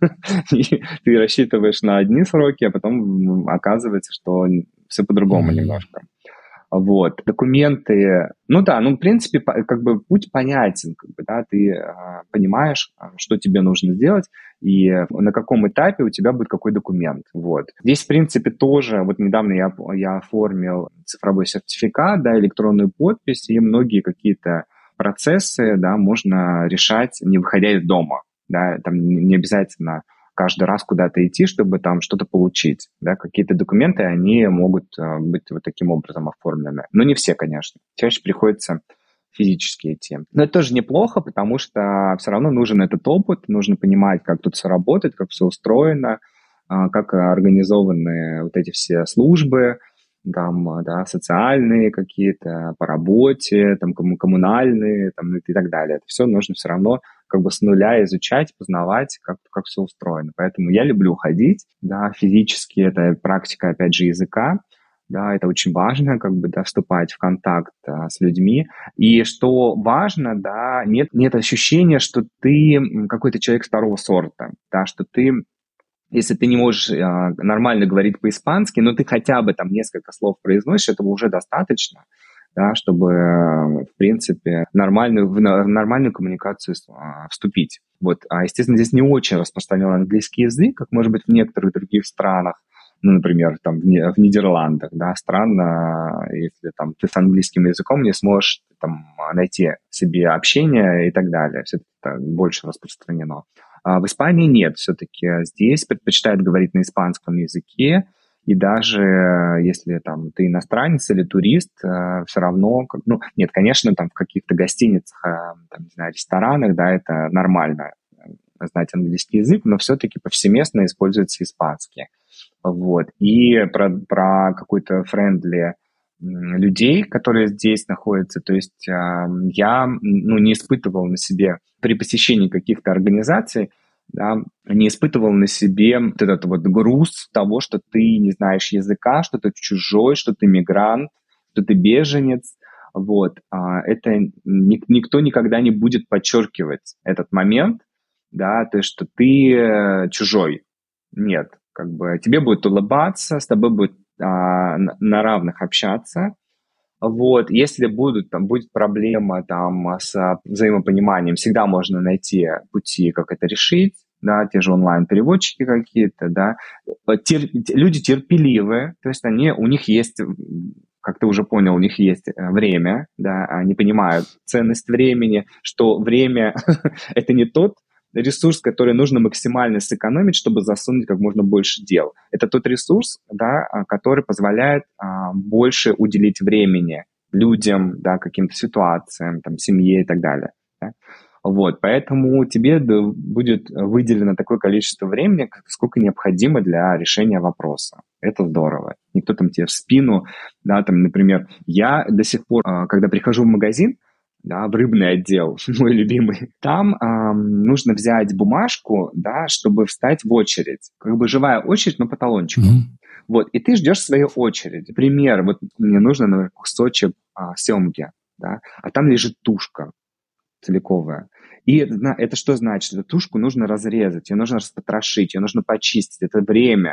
и ты рассчитываешь на одни сроки, а потом оказывается, что все по-другому Мгм. немножко. Вот, документы, ну да, ну, в принципе, по- как бы путь понятен, как бы, да, ты а, понимаешь, а, что тебе нужно сделать и э, на каком этапе у тебя будет какой документ, вот. Здесь, в принципе, тоже, вот недавно я, я оформил цифровой сертификат, да, электронную подпись, и многие какие-то процессы, да, можно решать, не выходя из дома, да, там не не обязательно каждый раз куда-то идти, чтобы там что-то получить. Да? Какие-то документы, они могут э, быть вот таким образом оформлены. Но не все, конечно. Чаще приходится физически идти. Но это тоже неплохо, потому что все равно нужен этот опыт, нужно понимать, как тут все работает, как все устроено, а, как организованы вот эти все службы, там, а, да, социальные какие-то, по работе, там, комму- коммунальные, там, и так далее. Это все нужно все равно как бы с нуля изучать, познавать, как, как все устроено. Поэтому я люблю ходить, да, физически, это практика, опять же, языка, да, это очень важно, как бы, да, вступать в контакт а, с людьми. И что важно, да, нет, нет ощущения, что ты м, какой-то человек второго сорта, да, что ты, если ты не можешь а, нормально говорить по-испански, но ты хотя бы там несколько слов произносишь, этого уже достаточно, да, чтобы, э, в принципе, нормальную, в на- в нормальную коммуникацию с- а, вступить. Вот. А, естественно, здесь не очень распространен английский язык, как, может быть, в некоторых других странах, ну, например, там, в, Не- в Нидерландах, да, странно, если там ты с английским языком не сможешь там найти себе общение и так далее. Все это больше распространено. А в Испании нет, все-таки здесь предпочитают говорить на испанском языке, и даже э, если там ты иностранец или турист, все равно, как, ну, нет, конечно, там в каких-то гостиницах, э, там, не знаю, ресторанах, да, это нормально э, знать английский язык, но все-таки повсеместно используется испанский. Вот. И про, про какой-то френдли людей, которые здесь находятся. То есть э, я ну, не испытывал на себе при посещении каких-то организаций, да, не испытывал на себе вот этот вот груз того, что ты не знаешь языка, что ты чужой, что ты мигрант, что ты беженец. Вот. А это ни, никто никогда не будет подчеркивать этот момент, да, то есть, что ты э, чужой. Нет, как бы тебе будет улыбаться, с тобой будет а, на на равных общаться. Вот, если будут, там, будет проблема там с а, взаимопониманием, всегда можно найти пути, как это решить, да, те же онлайн-переводчики какие-то, да. Э, тер- люди терпеливые, то есть они, у них есть, м, как ты уже понял, у них есть э, время, да, они понимают ценность времени, что время это не тот ресурс, который нужно максимально сэкономить, чтобы засунуть как можно больше дел. Это тот ресурс, да, а, который позволяет а, больше уделить времени людям, да, каким-то ситуациям, там, семье и так далее. Да. Вот, поэтому тебе да, будет выделено такое количество времени, как- сколько необходимо для решения вопроса. Это здорово. Никто там тебе в спину, да, там, например, я до сих пор, а, когда прихожу в магазин, да, в рыбный отдел, мой любимый, там ам, нужно взять бумажку, да, чтобы встать в очередь. Как бы живая очередь, но по талончику. Мгм. Вот, и ты ждешь своей очереди. Пример, вот мне нужно, например, кусочек а, семги, да, а там лежит тушка целиковая. И это, зна- это что значит? Эту тушку нужно разрезать, ее нужно распотрошить, ее нужно почистить. Это время,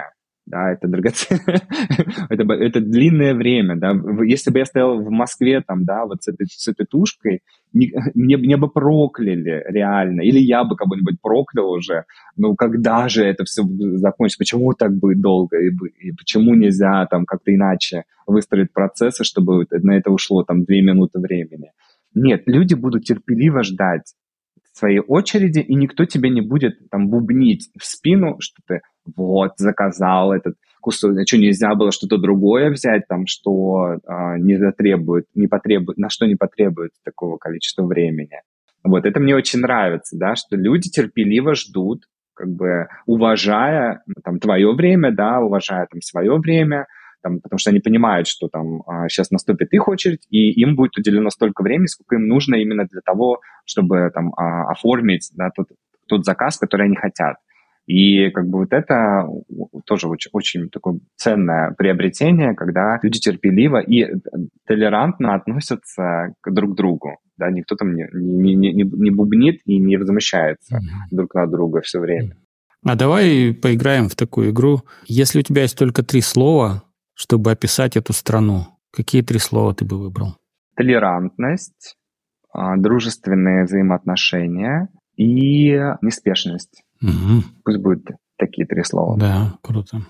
да, это драгоценное, это, это длинное время, да, если бы я стоял в Москве, там, да, вот с этой, с этой тушкой, не, мне, мне бы прокляли реально, или я бы кого-нибудь проклял уже, ну, когда же это все закончится, почему так будет долго, и, и почему нельзя там как-то иначе выстроить процессы, чтобы на это ушло там две минуты времени. Нет, люди будут терпеливо ждать своей очереди, и никто тебе не будет там бубнить в спину, что ты вот, заказал этот кусок, а что, нельзя было что-то другое взять, там, что а, не затребует, не потребует, на что не потребует такого количества времени. Вот, это мне очень нравится, да, что люди терпеливо ждут, как бы уважая там твое время, да, уважая там свое время, там, потому что они понимают, что там а, сейчас наступит их очередь, и им будет уделено столько времени, сколько им нужно именно для того, чтобы там а, оформить, да, тот, тот заказ, который они хотят. И как бы вот это тоже очень, очень такое ценное приобретение, когда люди терпеливо и толерантно относятся к друг другу. Да, никто там не, не, не, не бубнит и не возмущается mm-hmm. друг на друга все время. А давай поиграем в такую игру. Если у тебя есть только три слова, чтобы описать эту страну, какие три слова ты бы выбрал? Толерантность, дружественные взаимоотношения и неспешность. Угу. Пусть будут такие три слова. Да, круто.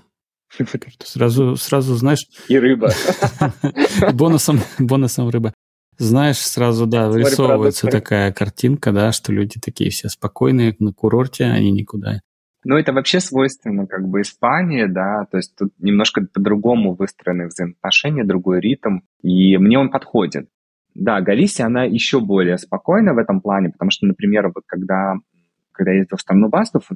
Сразу, сразу знаешь... И рыба. Бонусом, бонусом рыба. Знаешь, сразу, да, вырисовывается такая картинка, да, что люди такие все спокойные на курорте, они никуда... Ну, это вообще свойственно как бы Испании, да, то есть тут немножко по-другому выстроены взаимоотношения, другой ритм, и мне он подходит. Да, Галисия, она еще более спокойна в этом плане, потому что, например, вот когда, когда я ездил в страну басков,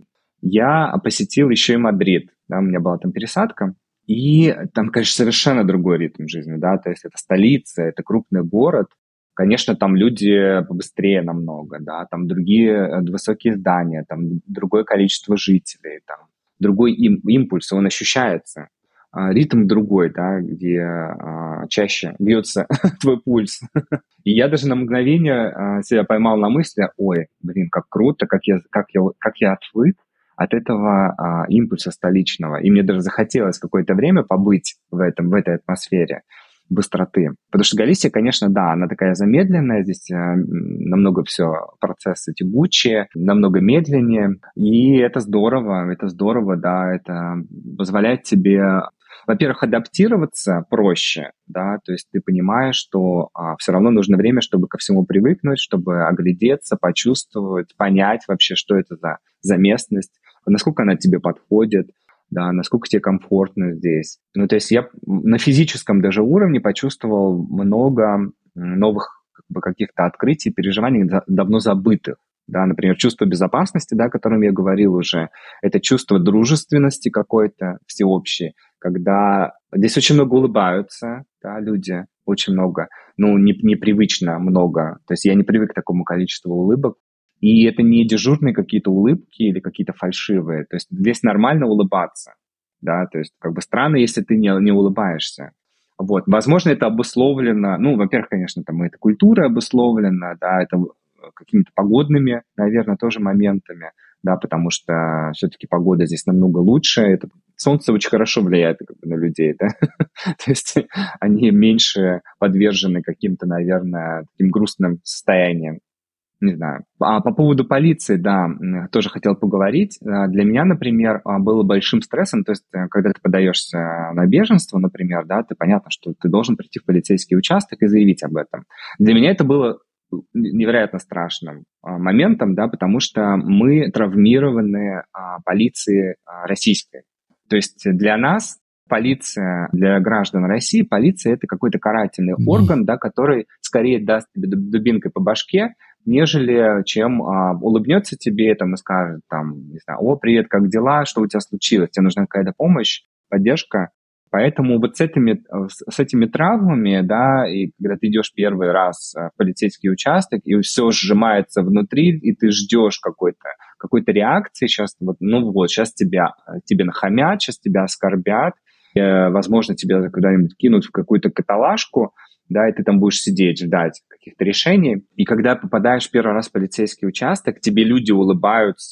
я посетил еще и Мадрид, да, у меня была там пересадка, и там, конечно, совершенно другой ритм жизни, да, то есть это столица, это крупный город, конечно, там люди побыстрее намного, да, там другие высокие здания, там другое количество жителей, там другой им, импульс, он ощущается. А, ритм другой, да, где а, чаще бьется твой пульс. И я даже на мгновение а, себя поймал на мысли, ой, блин, как круто, как я, как я, как я отвык от этого а, импульса столичного. И мне даже захотелось какое-то время побыть в, этом, в этой атмосфере быстроты. Потому что Галисия, конечно, да, она такая замедленная, здесь э, намного все, процессы тягучие, намного медленнее, и это здорово, это здорово, да, это позволяет тебе, во-первых, адаптироваться проще, да, то есть ты понимаешь, что а, все равно нужно время, чтобы ко всему привыкнуть, чтобы оглядеться, почувствовать, понять вообще, что это за, за местность, насколько она тебе подходит, да, насколько тебе комфортно здесь. Ну, то есть я на физическом даже уровне почувствовал много новых как бы, каких-то открытий, переживаний давно забытых. Да, например, чувство безопасности, да, о котором я говорил уже, это чувство дружественности какой-то всеобщей, когда здесь очень много улыбаются, да, люди, очень много, ну, не, непривычно много. То есть я не привык к такому количеству улыбок. И это не дежурные какие-то улыбки или какие-то фальшивые. То есть здесь нормально улыбаться. Да? То есть как бы странно, если ты не, не улыбаешься. Вот. Возможно, это обусловлено, ну, во-первых, конечно, там это культура обусловлена, да, это какими-то погодными, наверное, тоже моментами, да, потому что все-таки погода здесь намного лучше. Это, солнце очень хорошо влияет как бы, на людей, да. То есть они меньше подвержены каким-то, наверное, таким грустным состояниям. Не знаю. А по поводу полиции, да, тоже хотел поговорить. Для меня, например, было большим стрессом, то есть, когда ты подаешься на беженство, например, да, ты понятно, что ты должен прийти в полицейский участок и заявить об этом. Для меня это было невероятно страшным моментом, да, потому что мы травмированы полицией российской. То есть для нас полиция, для граждан России, полиция – это какой-то карательный mm-hmm. орган, да, который скорее даст тебе дубинкой по башке, нежели чем а, улыбнется тебе там, и скажет, там, не знаю, о, привет, как дела, что у тебя случилось, тебе нужна какая-то помощь, поддержка. Поэтому вот с этими, с этими травмами, да, и когда ты идешь первый раз в полицейский участок, и все сжимается внутри, и ты ждешь какой-то, какой-то реакции, сейчас, вот, ну вот, сейчас тебя, тебе нахамят, сейчас тебя оскорбят, э, возможно, тебя куда-нибудь кинут в какую-то каталажку, да, и ты там будешь сидеть, ждать каких-то решений. И когда попадаешь первый раз в полицейский участок, тебе люди улыбаются,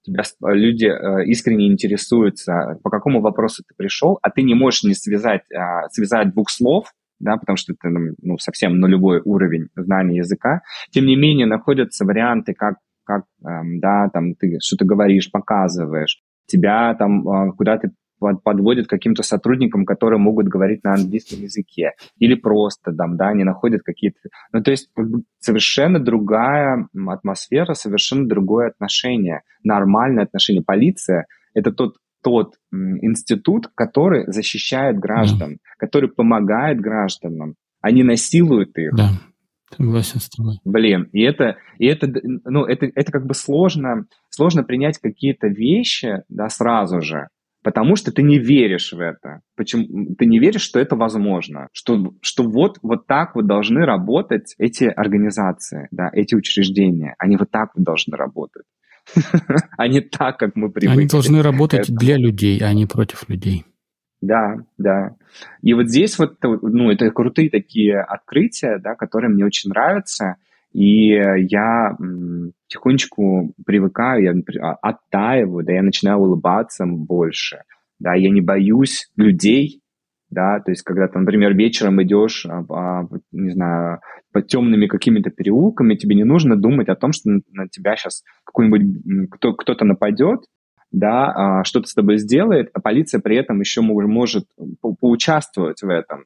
тебя люди искренне интересуются, по какому вопросу ты пришел, а ты не можешь не связать, связать двух слов, да, потому что это ну, совсем нулевой уровень знания языка. Тем не менее, находятся варианты, как, как да, там ты что-то говоришь, показываешь, тебя там куда-то подводят к каким-то сотрудникам, которые могут говорить на английском языке, или просто там, да, они находят какие-то... Ну, то есть как бы совершенно другая атмосфера, совершенно другое отношение, нормальное отношение. Полиция — это тот, тот институт, который защищает граждан, да. который помогает гражданам, а не насилует их. Да, согласен с тобой. Блин, и это, и это, ну, это, это как бы сложно, сложно принять какие-то вещи, да, сразу же, потому что ты не веришь в это. Почему? Ты не веришь, что это возможно, что, что вот, вот так вот должны работать эти организации, да, эти учреждения. Они вот так вот должны работать. А не так, как мы привыкли. Они должны работать для людей, а не против людей. Да, да. И вот здесь вот, ну, это крутые такие открытия, да, которые мне очень нравятся. И я м, потихонечку привыкаю, я оттаиваю, да, я начинаю улыбаться больше, да, я не боюсь людей, да, то есть когда ты, например, вечером идешь, а, не знаю, по темными какими-то переулками, тебе не нужно думать о том, что на тебя сейчас какой-нибудь кто, кто-то нападет, да, что-то с тобой сделает, а полиция при этом еще может по- поучаствовать в этом,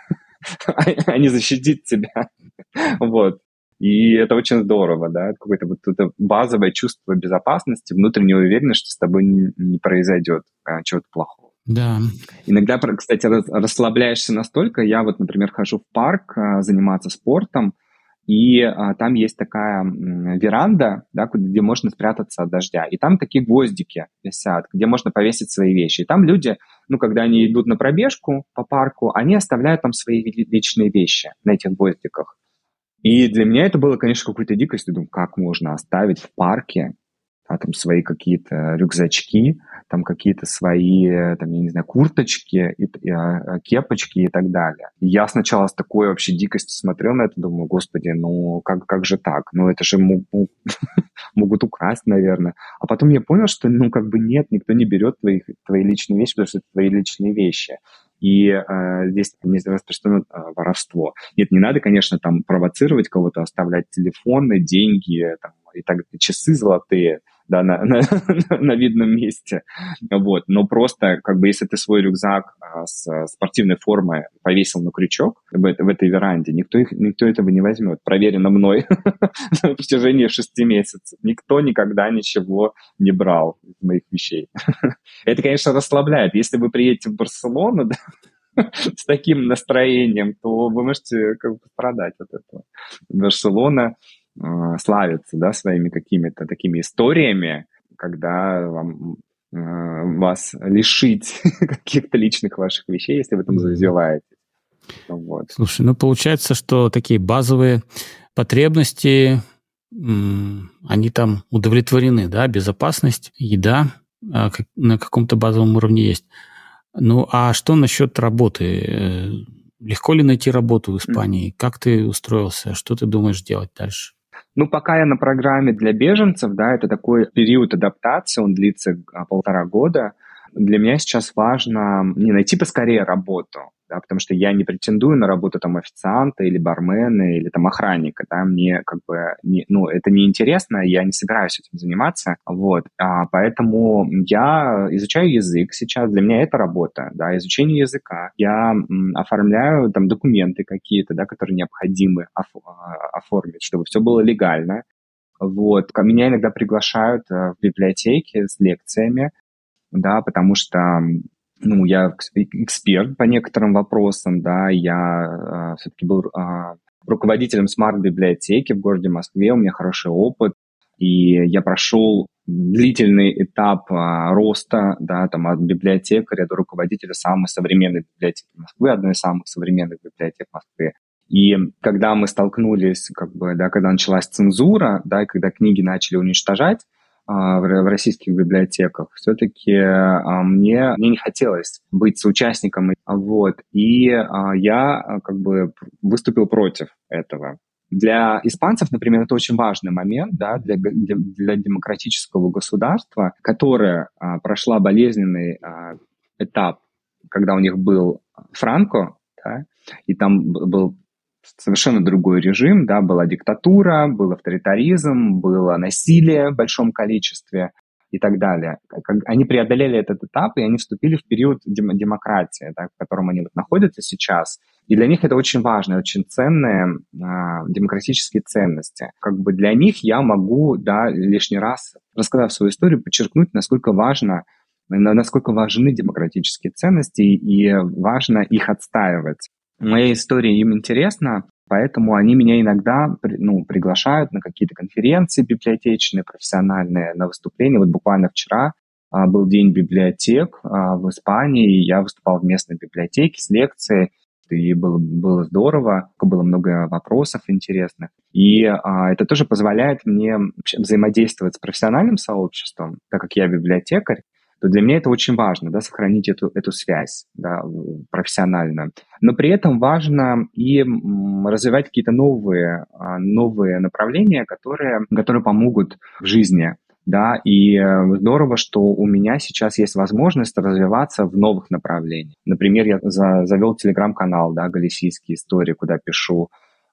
а не защитить тебя, вот. И это очень здорово, да, какое-то вот это базовое чувство безопасности, внутренняя уверенность, что с тобой не, не произойдет а, чего-то плохого. Да. Иногда, кстати, расслабляешься настолько. Я вот, например, хожу в парк а, заниматься спортом, и а, там есть такая м, веранда, да, где можно спрятаться от дождя. И там такие гвоздики висят, где можно повесить свои вещи. И там люди, ну, когда они идут на пробежку по парку, они оставляют там свои личные вещи на этих гвоздиках. И для меня это было, конечно, какой-то дикостью. Думаю, как можно оставить в парке а, там свои какие-то рюкзачки, там какие-то свои, там, я не знаю, курточки, и, и, а, кепочки и так далее. И я сначала с такой вообще дикостью смотрел на это, думаю, господи, ну как, как же так? Ну это же могут, могут украсть, наверное. А потом я понял, что ну как бы нет, никто не берет твои, твои личные вещи, потому что это твои личные вещи. И э, здесь не распространено э, воровство. Нет, не надо, конечно, там провоцировать кого-то, оставлять телефоны, деньги, там, и так, часы золотые, да, на, на, на видном месте, вот, но просто, как бы, если ты свой рюкзак а, с спортивной формой повесил на крючок в, в этой веранде, никто, их, никто этого не возьмет, проверено мной на протяжении шести месяцев, никто никогда ничего не брал из моих вещей. Это, конечно, расслабляет, если вы приедете в Барселону, да, с таким настроением, то вы можете как бы страдать от этого. Барселона славится, да, своими какими-то такими историями, когда вам, э, вас лишить каких-то личных ваших вещей, если вы там зазеваетесь. Вот. Слушай, ну получается, что такие базовые потребности, м- они там удовлетворены, да, безопасность, еда а, как, на каком-то базовом уровне есть. Ну, а что насчет работы? Легко ли найти работу в Испании? Как ты устроился? Что ты думаешь делать дальше? Ну, пока я на программе для беженцев, да, это такой период адаптации, он длится а, полтора года. Для меня сейчас важно не найти поскорее работу, да, потому что я не претендую на работу там официанта или бармена или там охранника, да, мне как бы, не, ну, это неинтересно, я не собираюсь этим заниматься, вот, а, поэтому я изучаю язык сейчас, для меня это работа, да, изучение языка, я м, оформляю там документы какие-то, да, которые необходимы оф- оформить, чтобы все было легально, вот, меня иногда приглашают в библиотеки с лекциями, да, потому что, ну, я эксперт по некоторым вопросам, да, я э, все-таки был э, руководителем смарт-библиотеки в городе Москве, у меня хороший опыт, и я прошел длительный этап э, роста, да, там, от библиотекаря до руководителя самой современной библиотеки Москвы, одной из самых современных библиотек Москвы. И когда мы столкнулись, как бы, да, когда началась цензура, да, и когда книги начали уничтожать, в российских библиотеках, все-таки мне, мне не хотелось быть соучастником. Вот. И я как бы выступил против этого. Для испанцев, например, это очень важный момент, да, для, для, для демократического государства, которое а, прошла болезненный а, этап, когда у них был Франко, да, и там был совершенно другой режим, да, была диктатура, был авторитаризм, было насилие в большом количестве и так далее. Они преодолели этот этап, и они вступили в период дем- демократии, да, в котором они вот находятся сейчас. И для них это очень важно, очень ценные а, демократические ценности. Как бы для них я могу, да, лишний раз, рассказав свою историю, подчеркнуть, насколько важно, насколько важны демократические ценности, и важно их отстаивать. Моя история им интересна, поэтому они меня иногда, ну, приглашают на какие-то конференции библиотечные, профессиональные, на выступления. Вот буквально вчера а, был день библиотек а, в Испании, и я выступал в местной библиотеке с лекцией, и было, было здорово, было много вопросов интересных. И а, это тоже позволяет мне взаимодействовать с профессиональным сообществом, так как я библиотекарь, то для меня это очень важно, да, сохранить эту, эту связь, да, профессиональную. Но при этом важно и развивать какие-то новые, новые направления, которые, которые помогут в жизни. Да, и здорово, что у меня сейчас есть возможность развиваться в новых направлениях. Например, я за, завел телеграм-канал, да, «Галисийские истории», куда пишу.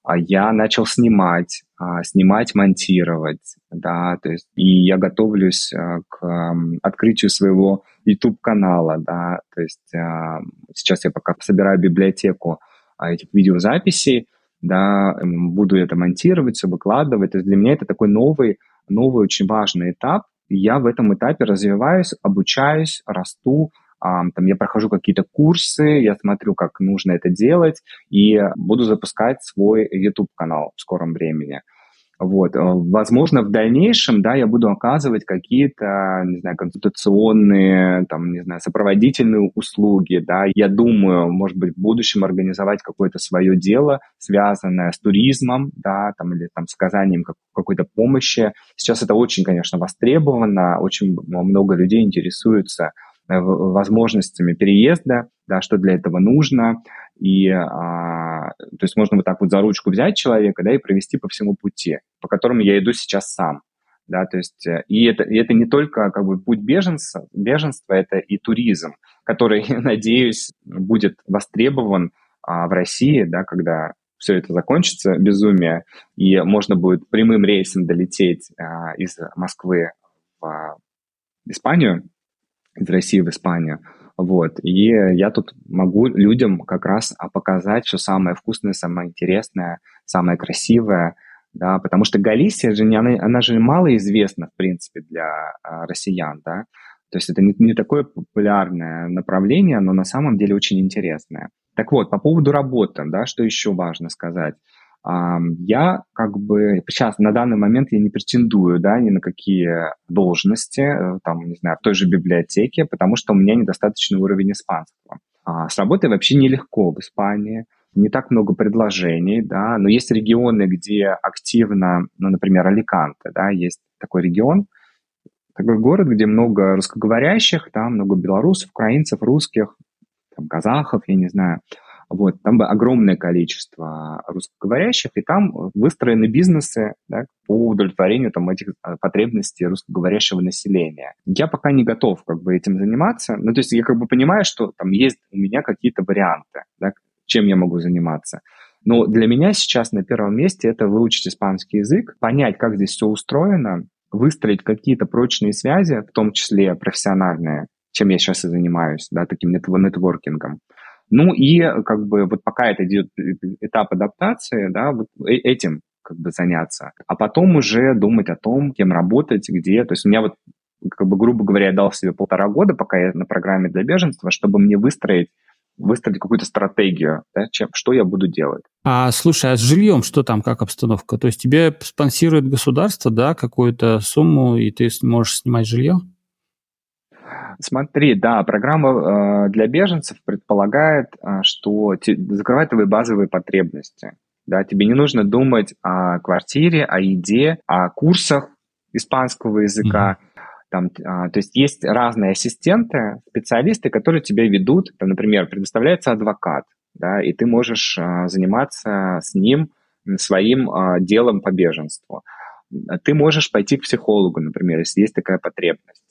Я начал снимать, снимать, монтировать, да, то есть, и я готовлюсь к открытию своего YouTube-канала, да, то есть сейчас я пока собираю библиотеку этих видеозаписей, да, буду это монтировать, все выкладывать, то есть для меня это такой новый, новый очень важный этап, и я в этом этапе развиваюсь, обучаюсь, расту. Um, там я прохожу какие-то курсы, я смотрю, как нужно это делать, и буду запускать свой YouTube-канал в скором времени. Вот. Возможно, в дальнейшем, да, я буду оказывать какие-то, не знаю, консультационные, там, не знаю, сопроводительные услуги, да. Я думаю, может быть, в будущем организовать какое-то свое дело, связанное с туризмом, да, там, или там с оказанием какой-то помощи. Сейчас это очень, конечно, востребовано, очень много людей интересуются возможностями переезда, да, что для этого нужно, и а, то есть можно вот так вот за ручку взять человека, да, и провести по всему пути, по которому я иду сейчас сам, да, то есть и это, и это не только как бы путь беженца, беженства, это и туризм, который, надеюсь, будет востребован а, в России, да, когда все это закончится, безумие, и можно будет прямым рейсом долететь а, из Москвы в Испанию, из России в Испанию. Вот. И я тут могу людям как раз показать все самое вкусное, самое интересное, самое красивое, да, потому что Галисия же, не, она, она же малоизвестна, в принципе, для а, россиян, да, то есть это не, не такое популярное направление, но на самом деле очень интересное. Так вот, по поводу работы, да, что еще важно сказать. Я как бы сейчас на данный момент я не претендую, да, ни на какие должности, там, не знаю, в той же библиотеке, потому что у меня недостаточный уровень испанского. А с работой вообще нелегко в Испании, не так много предложений, да, но есть регионы, где активно, ну, например, Аликанте, да, есть такой регион, такой город, где много русскоговорящих, да, много белорусов, украинцев, русских, там, казахов, я не знаю. Вот, там огромное количество русскоговорящих, и там выстроены бизнесы, да, по удовлетворению там, этих потребностей русскоговорящего населения. Я пока не готов как бы этим заниматься. Ну, то есть я как бы понимаю, что там есть у меня какие-то варианты, да, чем я могу заниматься. Но для меня сейчас на первом месте это выучить испанский язык, понять, как здесь все устроено, выстроить какие-то прочные связи, в том числе профессиональные, чем я сейчас и занимаюсь, да, таким нетворкингом. Ну и как бы вот пока это идет этап адаптации, да, вот этим как бы заняться, а потом уже думать о том, кем работать, где. То есть у меня вот, как бы, грубо говоря, я дал себе полтора года, пока я на программе для беженства, чтобы мне выстроить, выстроить какую-то стратегию, да, чем, что я буду делать. А слушай, а с жильем что там, как обстановка? То есть тебе спонсирует государство, да, какую-то сумму, и ты можешь снимать жилье? Смотри, да, программа э, для беженцев предполагает, э, что те, закрывает твои базовые потребности. Да, тебе не нужно думать о квартире, о еде, о курсах испанского языка. Mm-hmm. Там, э, то есть есть разные ассистенты, специалисты, которые тебя ведут. Там, например, предоставляется адвокат, да, и ты можешь э, заниматься с ним своим а, делом по беженству. Ты можешь пойти к психологу, например, если есть такая потребность.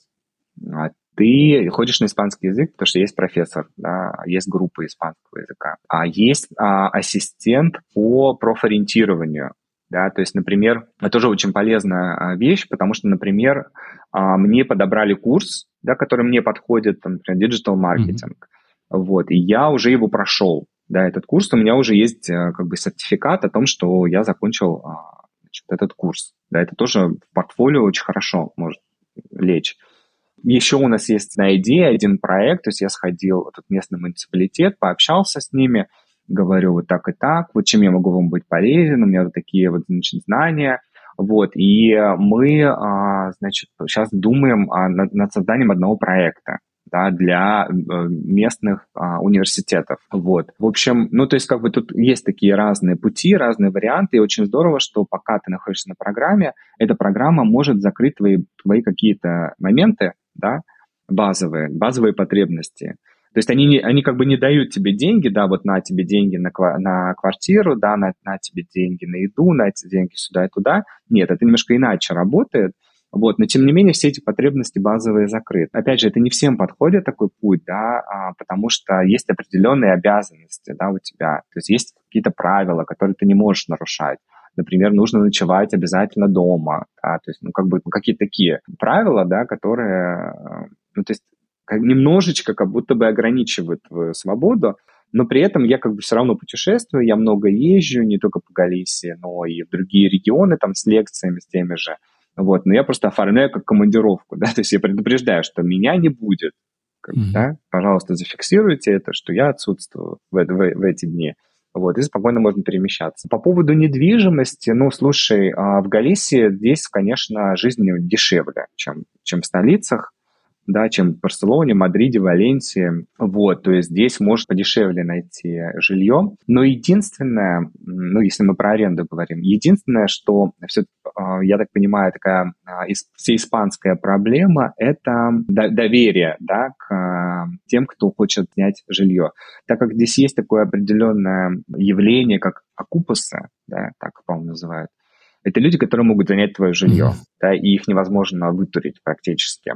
А ты ходишь на испанский язык, потому что есть профессор, да, есть группа испанского языка, а есть а, ассистент по профориентированию. Да, то есть, например, это тоже очень полезная вещь, потому что, например, а, мне подобрали курс, да, который мне подходит, там, например, digital marketing, mm-hmm. вот, и я уже его прошел, да, этот курс, у меня уже есть как бы сертификат о том, что я закончил значит, этот курс, да, это тоже в портфолио очень хорошо может лечь. Еще у нас есть на идее один проект, то есть я сходил в этот местный муниципалитет, пообщался с ними, говорю вот так и так, вот чем я могу вам быть полезен, у меня вот такие вот, значит, знания, вот, и мы, значит, сейчас думаем над, над созданием одного проекта, да, для местных а, университетов, вот. В общем, ну, то есть, как бы тут есть такие разные пути, разные варианты, и очень здорово, что пока ты находишься на программе, эта программа может закрыть твои, твои какие-то моменты, да, базовые, базовые потребности. То есть они, они как бы не дают тебе деньги, да, вот на тебе деньги на, на квартиру, да, на, на тебе деньги на еду, на эти деньги сюда и туда. Нет, это немножко иначе работает. Вот, но тем не менее все эти потребности базовые закрыты. Опять же, это не всем подходит такой путь, да, а, потому что есть определенные обязанности, да, у тебя. То есть есть какие-то правила, которые ты не можешь нарушать. Например, нужно ночевать обязательно дома, да, то есть, ну, как бы какие-то такие правила, да, которые, ну, то есть немножечко как будто бы ограничивают твою свободу, но при этом я как бы все равно путешествую, я много езжу, не только по Галисии, но и в другие регионы там с лекциями, с теми же. Вот, но я просто оформляю как командировку, да, то есть я предупреждаю, что меня не будет, как, mm-hmm. да, пожалуйста, зафиксируйте это, что я отсутствую в, в, в эти дни, вот, и спокойно можно перемещаться. По поводу недвижимости, ну, слушай, в Галисии здесь, конечно, жизнь дешевле, чем, чем в столицах, да, чем в Барселоне, Мадриде, Валенсии. Вот, то есть здесь можно подешевле найти жилье. Но единственное, ну, если мы про аренду говорим, единственное, что, все, я так понимаю, такая всеиспанская проблема, это доверие, да, к тем, кто хочет снять жилье. Так как здесь есть такое определенное явление, как окупасы, да, так, по-моему, называют, это люди, которые могут занять твое жилье, mm-hmm. да, и их невозможно вытурить практически.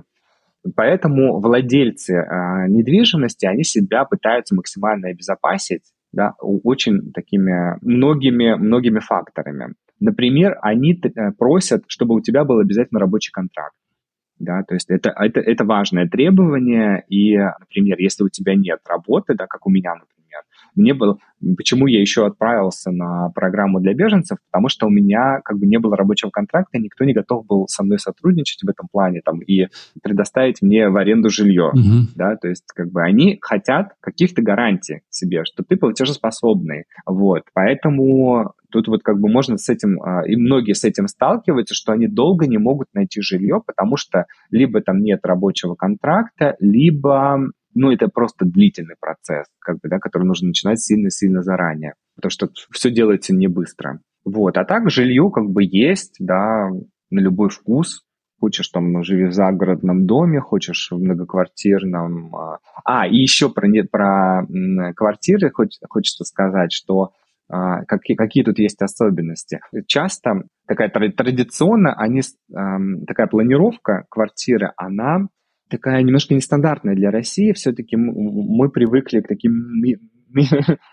Поэтому владельцы э, недвижимости, они себя пытаются максимально обезопасить, да, очень такими многими, многими факторами. Например, они э, просят, чтобы у тебя был обязательно рабочий контракт. Да, то есть это, это, это важное требование, и, например, если у тебя нет работы, да, как у меня, например, мне было, почему я еще отправился на программу для беженцев, потому что у меня как бы не было рабочего контракта, никто не готов был со мной сотрудничать в этом плане там, и предоставить мне в аренду жилье, mm-hmm. да, то есть как бы они хотят каких-то гарантий себе, что ты платежеспособный, вот, поэтому тут вот как бы можно с этим, и многие с этим сталкиваются, что они долго не могут найти жилье, потому что либо там нет рабочего контракта, либо, ну, это просто длительный процесс, как бы, да, который нужно начинать сильно-сильно заранее, потому что все делается не быстро. Вот, а так жилье как бы есть, да, на любой вкус. Хочешь там живи в загородном доме, хочешь в многоквартирном. А, и еще про, про квартиры хочется сказать, что Uh, какие, какие тут есть особенности. Часто такая традиционно, они, um, такая планировка квартиры, она такая немножко нестандартная для России. Все-таки мы, мы привыкли к таким ми, ми,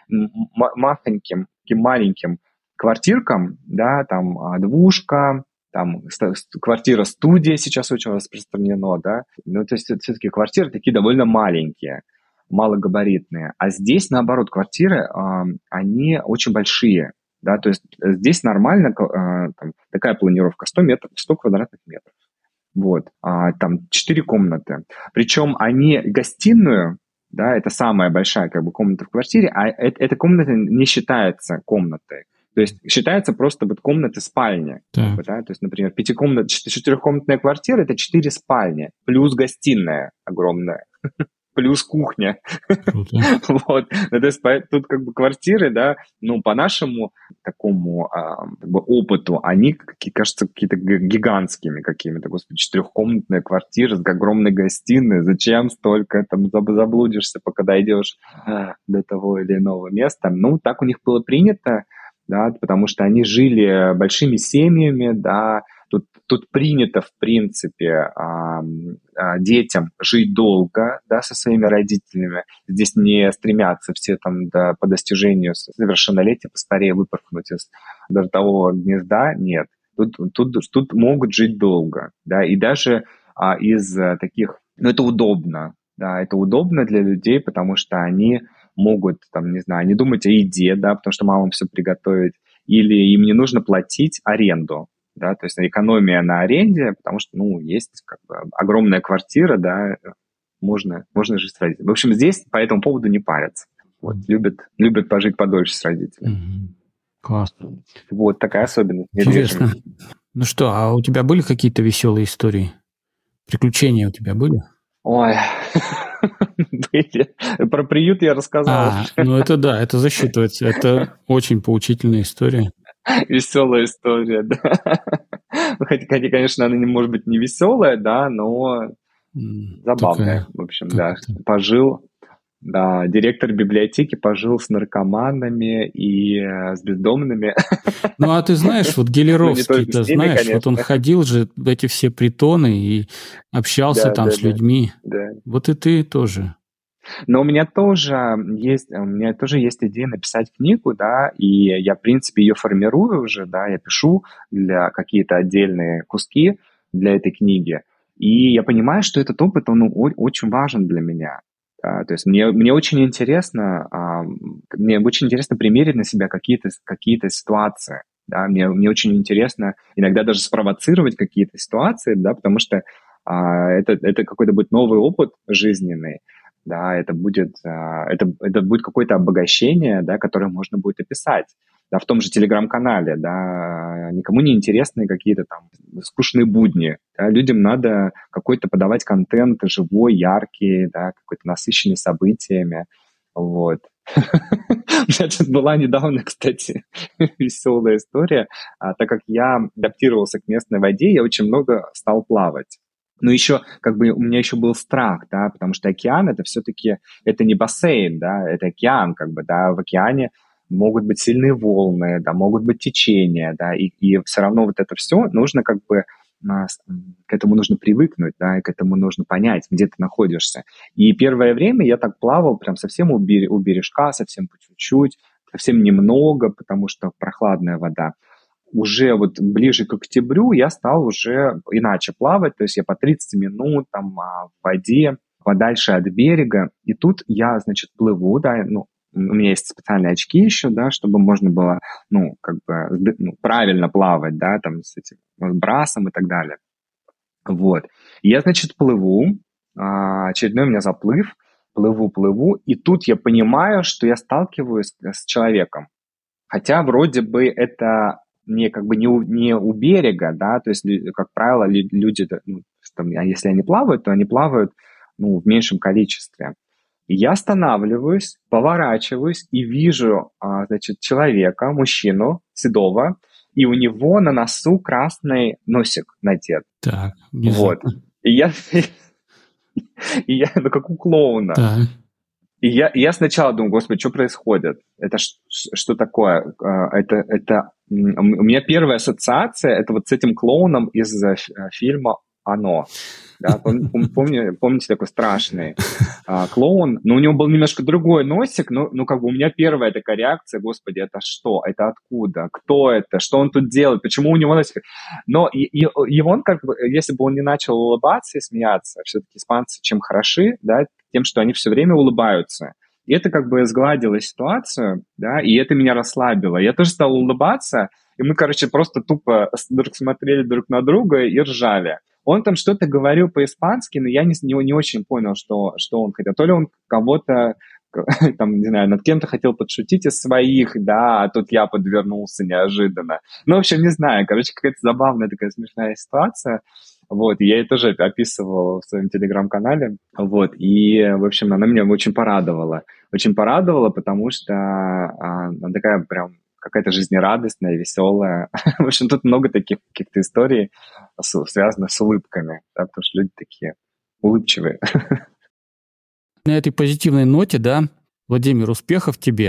махоньким, таким маленьким квартиркам, да, там двушка, там квартира-студия сейчас очень распространено, да. Ну, то есть все-таки квартиры такие довольно маленькие, малогабаритные. А здесь, наоборот, квартиры, э, они очень большие, да, то есть здесь нормально э, там, такая планировка сто метров, сто квадратных метров, вот, а, там четыре комнаты. Причем они гостиную, да, это самая большая как бы комната в квартире, а это, эта комната не считается комнатой. То есть считается просто вот комнаты спальни. Как бы, да? То есть, например, пятикомнат, четырехкомнатная квартира – это четыре спальни, плюс гостиная огромная. Плюс кухня. Вот. Ну, то есть тут как бы квартиры, да, ну, по нашему такому а, как бы опыту, они, какие, кажется, какие-то гигантскими какими-то, господи, четырехкомнатная квартира с огромной гостиной, зачем столько, там, заблудишься, пока дойдешь до того или иного места. Ну, так у них было принято, да, потому что они жили большими семьями, да, тут, тут принято, в принципе, а, а, детям жить долго, да, со своими родителями. Здесь не стремятся все там да, по достижению совершеннолетия поскорее выпорхнуть из ротового гнезда, нет. Тут, тут, тут могут жить долго, да, и даже а, из а, таких, ну, это удобно, да, это удобно для людей, потому что они могут, там, не знаю, не думать о еде, да, потому что мама все приготовит, или им не нужно платить аренду, да, то есть экономия на аренде, потому что, ну, есть как бы огромная квартира, да, можно, можно жить с родителями. В общем, здесь по этому поводу не парятся. Вот, любят, любят пожить подольше с родителями. Mm-hmm. Классно. Вот такая особенность. Интересно. Ну что, а у тебя были какие-то веселые истории? Приключения у тебя были? Ой, про приют я рассказал. А, ну это да, это засчитывается. Это очень поучительная история. Веселая история, да. Хотя, конечно, она, не может быть, не веселая, да, но забавная. В общем, да. Пожил, да, директор библиотеки пожил с наркоманами и с бездомными. Ну, а ты знаешь, вот Гелеровский, ты знаешь, вот он ходил же в эти все притоны и общался там с людьми. Вот и ты тоже. Но у меня тоже есть, у меня тоже есть идея написать книгу, да, и я, в принципе, ее формирую уже, да, я пишу для какие-то отдельные куски для этой книги, и я понимаю, что этот опыт, он очень важен для меня. Да, то есть мне, мне очень интересно, мне очень интересно примерить на себя какие-то, какие-то ситуации, да, мне, мне очень интересно иногда даже спровоцировать какие-то ситуации, да, потому что а, это, это какой-то будет новый опыт жизненный. Да, это будет, это, это будет какое-то обогащение, да, которое можно будет описать. Да, в том же Телеграм-канале, да, никому не интересны какие-то там скучные будни. Да, людям надо какой-то подавать контент живой, яркий, да, какой-то насыщенный событиями. Вот. У меня тут была недавно, кстати, веселая история. Так как я адаптировался к местной воде, я очень много стал плавать. Но еще, как бы, у меня еще был страх, да, потому что океан — это все-таки, это не бассейн, да, это океан, как бы, да, в океане могут быть сильные волны, да, могут быть течения, да, и, и все равно вот это все нужно, как бы, к этому нужно привыкнуть, да, и к этому нужно понять, где ты находишься. И первое время я так плавал прям совсем у, берег, у бережка, совсем по чуть-чуть, совсем немного, потому что прохладная вода. Уже вот ближе к октябрю я стал уже иначе плавать, то есть я по тридцать минут там в воде, подальше от берега, и тут я, значит, плыву, да, ну, у меня есть специальные очки еще, да, чтобы можно было, ну, как бы, ну, правильно плавать, да, там, с этим, с брасом и так далее. Вот. И я, значит, плыву, очередной у меня заплыв, плыву, плыву, и тут я понимаю, что я сталкиваюсь с человеком. Хотя вроде бы это не как бы не у, не у берега, да, то есть, как правило, люди, ну, там, если они плавают, то они плавают, ну, в меньшем количестве. И я останавливаюсь, поворачиваюсь и вижу, а, значит, человека, мужчину, седого, и у него на носу красный носик надет. Так, внезапно. Вот. И я, и я, ну, как у клоуна. Так. И я, и я сначала думаю, господи, что происходит? Это ш, что такое? Это, это, у меня первая ассоциация, это вот с этим клоуном из фильма «Оно». Да, пом, помни, помните, такой страшный а, клоун, но у него был немножко другой носик, но, ну, как бы у меня первая такая реакция, господи, это что, это откуда, кто это, что он тут делает, почему у него носик? Но и, и, и он, как бы, если бы он не начал улыбаться и смеяться, все-таки испанцы чем хороши, да, тем, что они все время улыбаются. И это как бы сгладило ситуацию, да, и это меня расслабило. Я тоже стал улыбаться, и мы, короче, просто тупо друг смотрели друг на друга и ржали. Он там что-то говорил по-испански, но я не, не, не очень понял, что, что он хотел. То ли он кого-то, там, не знаю, над кем-то хотел подшутить из своих, да, а тут я подвернулся неожиданно. Ну, в общем, не знаю, короче, какая-то забавная такая смешная ситуация. Вот, и я ее тоже описывал в своем телеграм-канале. Вот, и, в общем, она меня очень порадовала. Очень порадовала, потому что а, она такая прям какая-то жизнерадостная, веселая. В общем, тут много таких каких-то историй, связанных с улыбками, да, потому что люди такие улыбчивые. На этой позитивной ноте, да, Владимир, успехов тебе.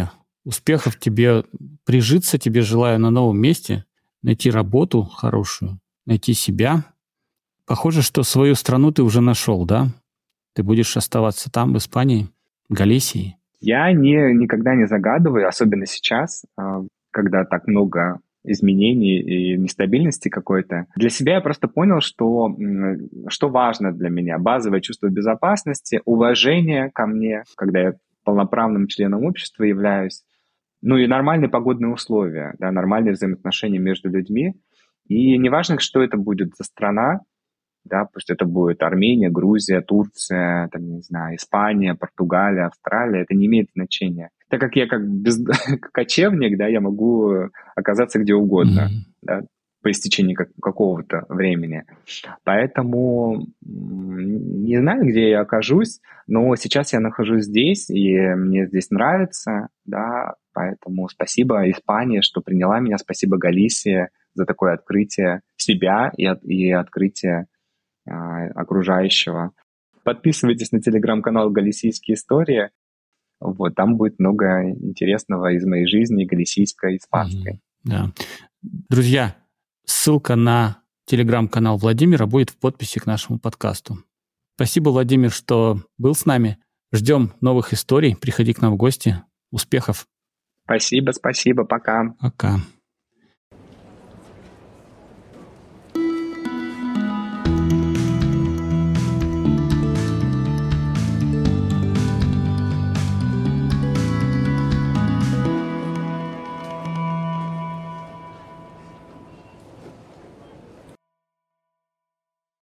Успехов тебе, прижиться тебе желаю на новом месте, найти работу хорошую, найти себя. Похоже, что свою страну ты уже нашел, да? Ты будешь оставаться там, в Испании, Галисии? Я не, никогда не загадываю, особенно сейчас, а, когда так много изменений и нестабильности какой-то. Для себя я просто понял, что, м, что важно для меня. Базовое чувство безопасности, уважение ко мне, когда я полноправным членом общества являюсь, ну и нормальные погодные условия, да, нормальные взаимоотношения между людьми. И неважно, что это будет за страна, да, пусть это будет Армения, Грузия, Турция, там, не знаю, Испания, Португалия, Австралия, это не имеет значения. Так как я как, без, как кочевник, да, я могу оказаться где угодно, Mm-hmm. да, по истечении как, какого-то времени. Поэтому не знаю, где я окажусь, но сейчас я нахожусь здесь, и мне здесь нравится, да, поэтому спасибо Испании, что приняла меня, спасибо Галисии за такое открытие себя и, и открытие окружающего. Подписывайтесь на телеграм-канал «Галисийские истории». Вот, там будет много интересного из моей жизни, галисийской, испанской. Mm-hmm. Да. Друзья, ссылка на телеграм-канал Владимира будет в подписи к нашему подкасту. Спасибо, Владимир, что был с нами. Ждем новых историй. Приходи к нам в гости. Успехов. Спасибо, спасибо. Пока. Пока.